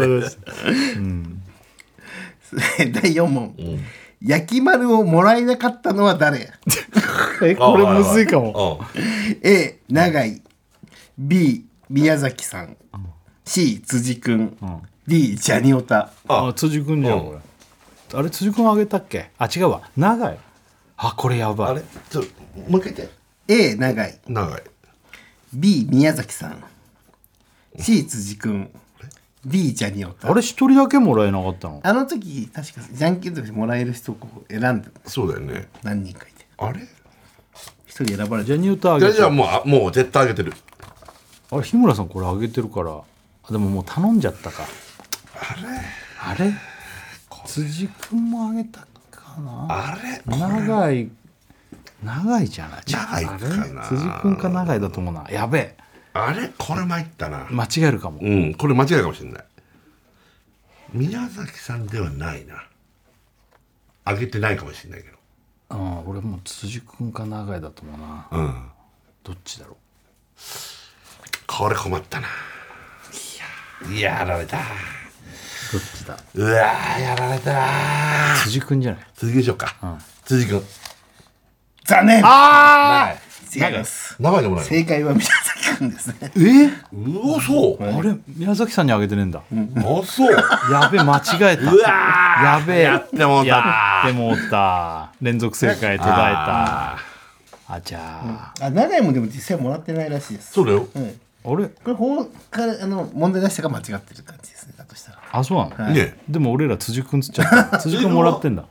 第4問、焼き丸をもらえなかったのは誰。 これむずいかも。 A 永井、B 宮崎さん、C 辻くん、D ジャニオタ。 辻くんじゃんこれ。あれ辻くんあげたっけ。違うわ、長い。これやばい。 あれもう一回言って。 A 永井、 長い。 B 宮崎さん、C 辻くん、D ジャニオタ。 あれ一人だけもらえなかったの。 あの時確かじゃんけんとかでもらえる人をこう選んで。 そうだよね。 何人かいてあれ一人選ばれて。 ジャニオタあげてる。 じゃあもう絶対あげてる。 日村さんこれあげてるから。でももう頼んじゃったか。あれ辻くんもあげたかな。長いじゃない。 長いかな。 辻くんか長いだと思うな。やべえ。 これ参ったな。 間違えるかも。 これ間違いかもしれない。宮崎さんではないな。あげてないかもしれないけど。 俺も辻くんか長いだと思うな。どっちだろう。 これ困ったな。やられた。 どっちだ。 うわやられた。 辻くんじゃない。 辻くんでしょうか。辻くん。 残念。 あ違います。 長いでもない。 正解は宮崎くんですね。 うお、そう。 あれ宮崎さんにあげてねえんだ。 あ、そう。 やべえ、間違えた。 うわやべえ、 やってもうた。 やってもうた。連続正解途絶えた。あ、じゃあ。 長いもでも実際もらってないらしいです。 そうだよ。 あれこれ法から問題出したが間違ってる感じですね。だとしたら。 あ、そうなの。 ね。 でも俺ら辻君つっちゃった。辻君もらってんだ。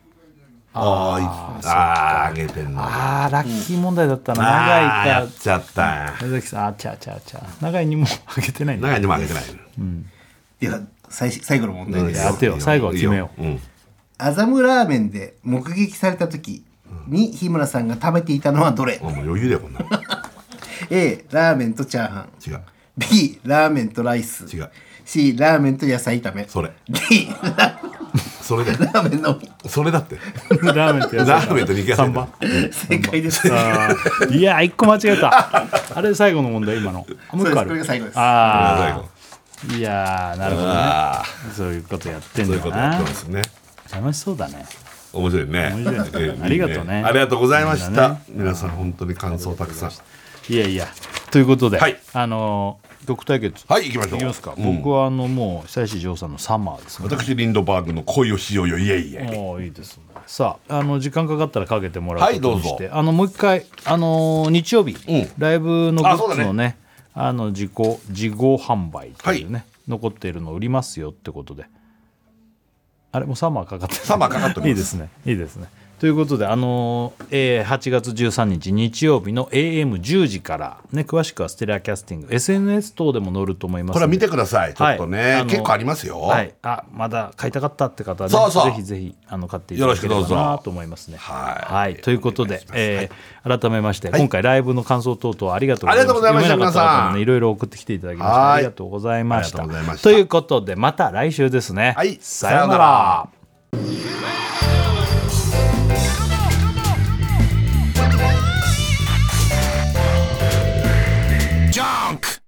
あげてんの。 ラッキー問題だったな。長いか。 やっちゃった。 宮崎さん、長いにもあげてないんだ。 長いにもあげてない。 では最後の問題です。 やってよ。最後は決めよう。 アザムラーメンで目撃された時に日村さんが食べていたのはどれ？ もう余裕だよこんな。 A ラーメンとチャーハン。 違う。 B ラーメンとライス。 違う。 C ラーメンと野菜炒め。 それ。 D それだよ。 ラーメンのみ。 それだって。 ラーメンと野菜ラーメンと肉野菜。 3番。 正解です。 いや、1個間違えた。あれ最後の問題、今の。もう一個ある。 これが最後です。 いやー、なるほどね。そういうことやってんだな。楽しそうだね。 面白いね。 ありがとうね。 ありがとうございました。皆さん本当に感想たくさん。 いやいや、ということで、曲対決。 はい、行きましょう。 いきますか。僕はもう久石譲さんのサマーですね。 私リンドバーグの恋をしようよ、いえいえ。 いいですね。さあ、時間かかったらかけてもらうことにして、 はい、 もう一回日曜日、ライブのグッズのね、自業販売というね、残っているのを売りますよってことで。あれもうサマーかかってる。 サマーかかってます。 いいですね。いいですね。ということで8月13日日曜日の AM10 時からね、詳しくはステレアキャスティング SNS 等でも載ると思いますので、 これは見てください。ちょっとね、結構ありますよ。 はい。まだ買いたかったって方はね、ぜひぜひ買っていただければなと思いますね。はい。ということで、改めまして、今回ライブの感想等々ありがとうございました。 ありがとうございました。皆さんいろいろ送ってきていただきましてありがとうございました。ということでまた来週ですね。 はい。 さようなら。 Junk!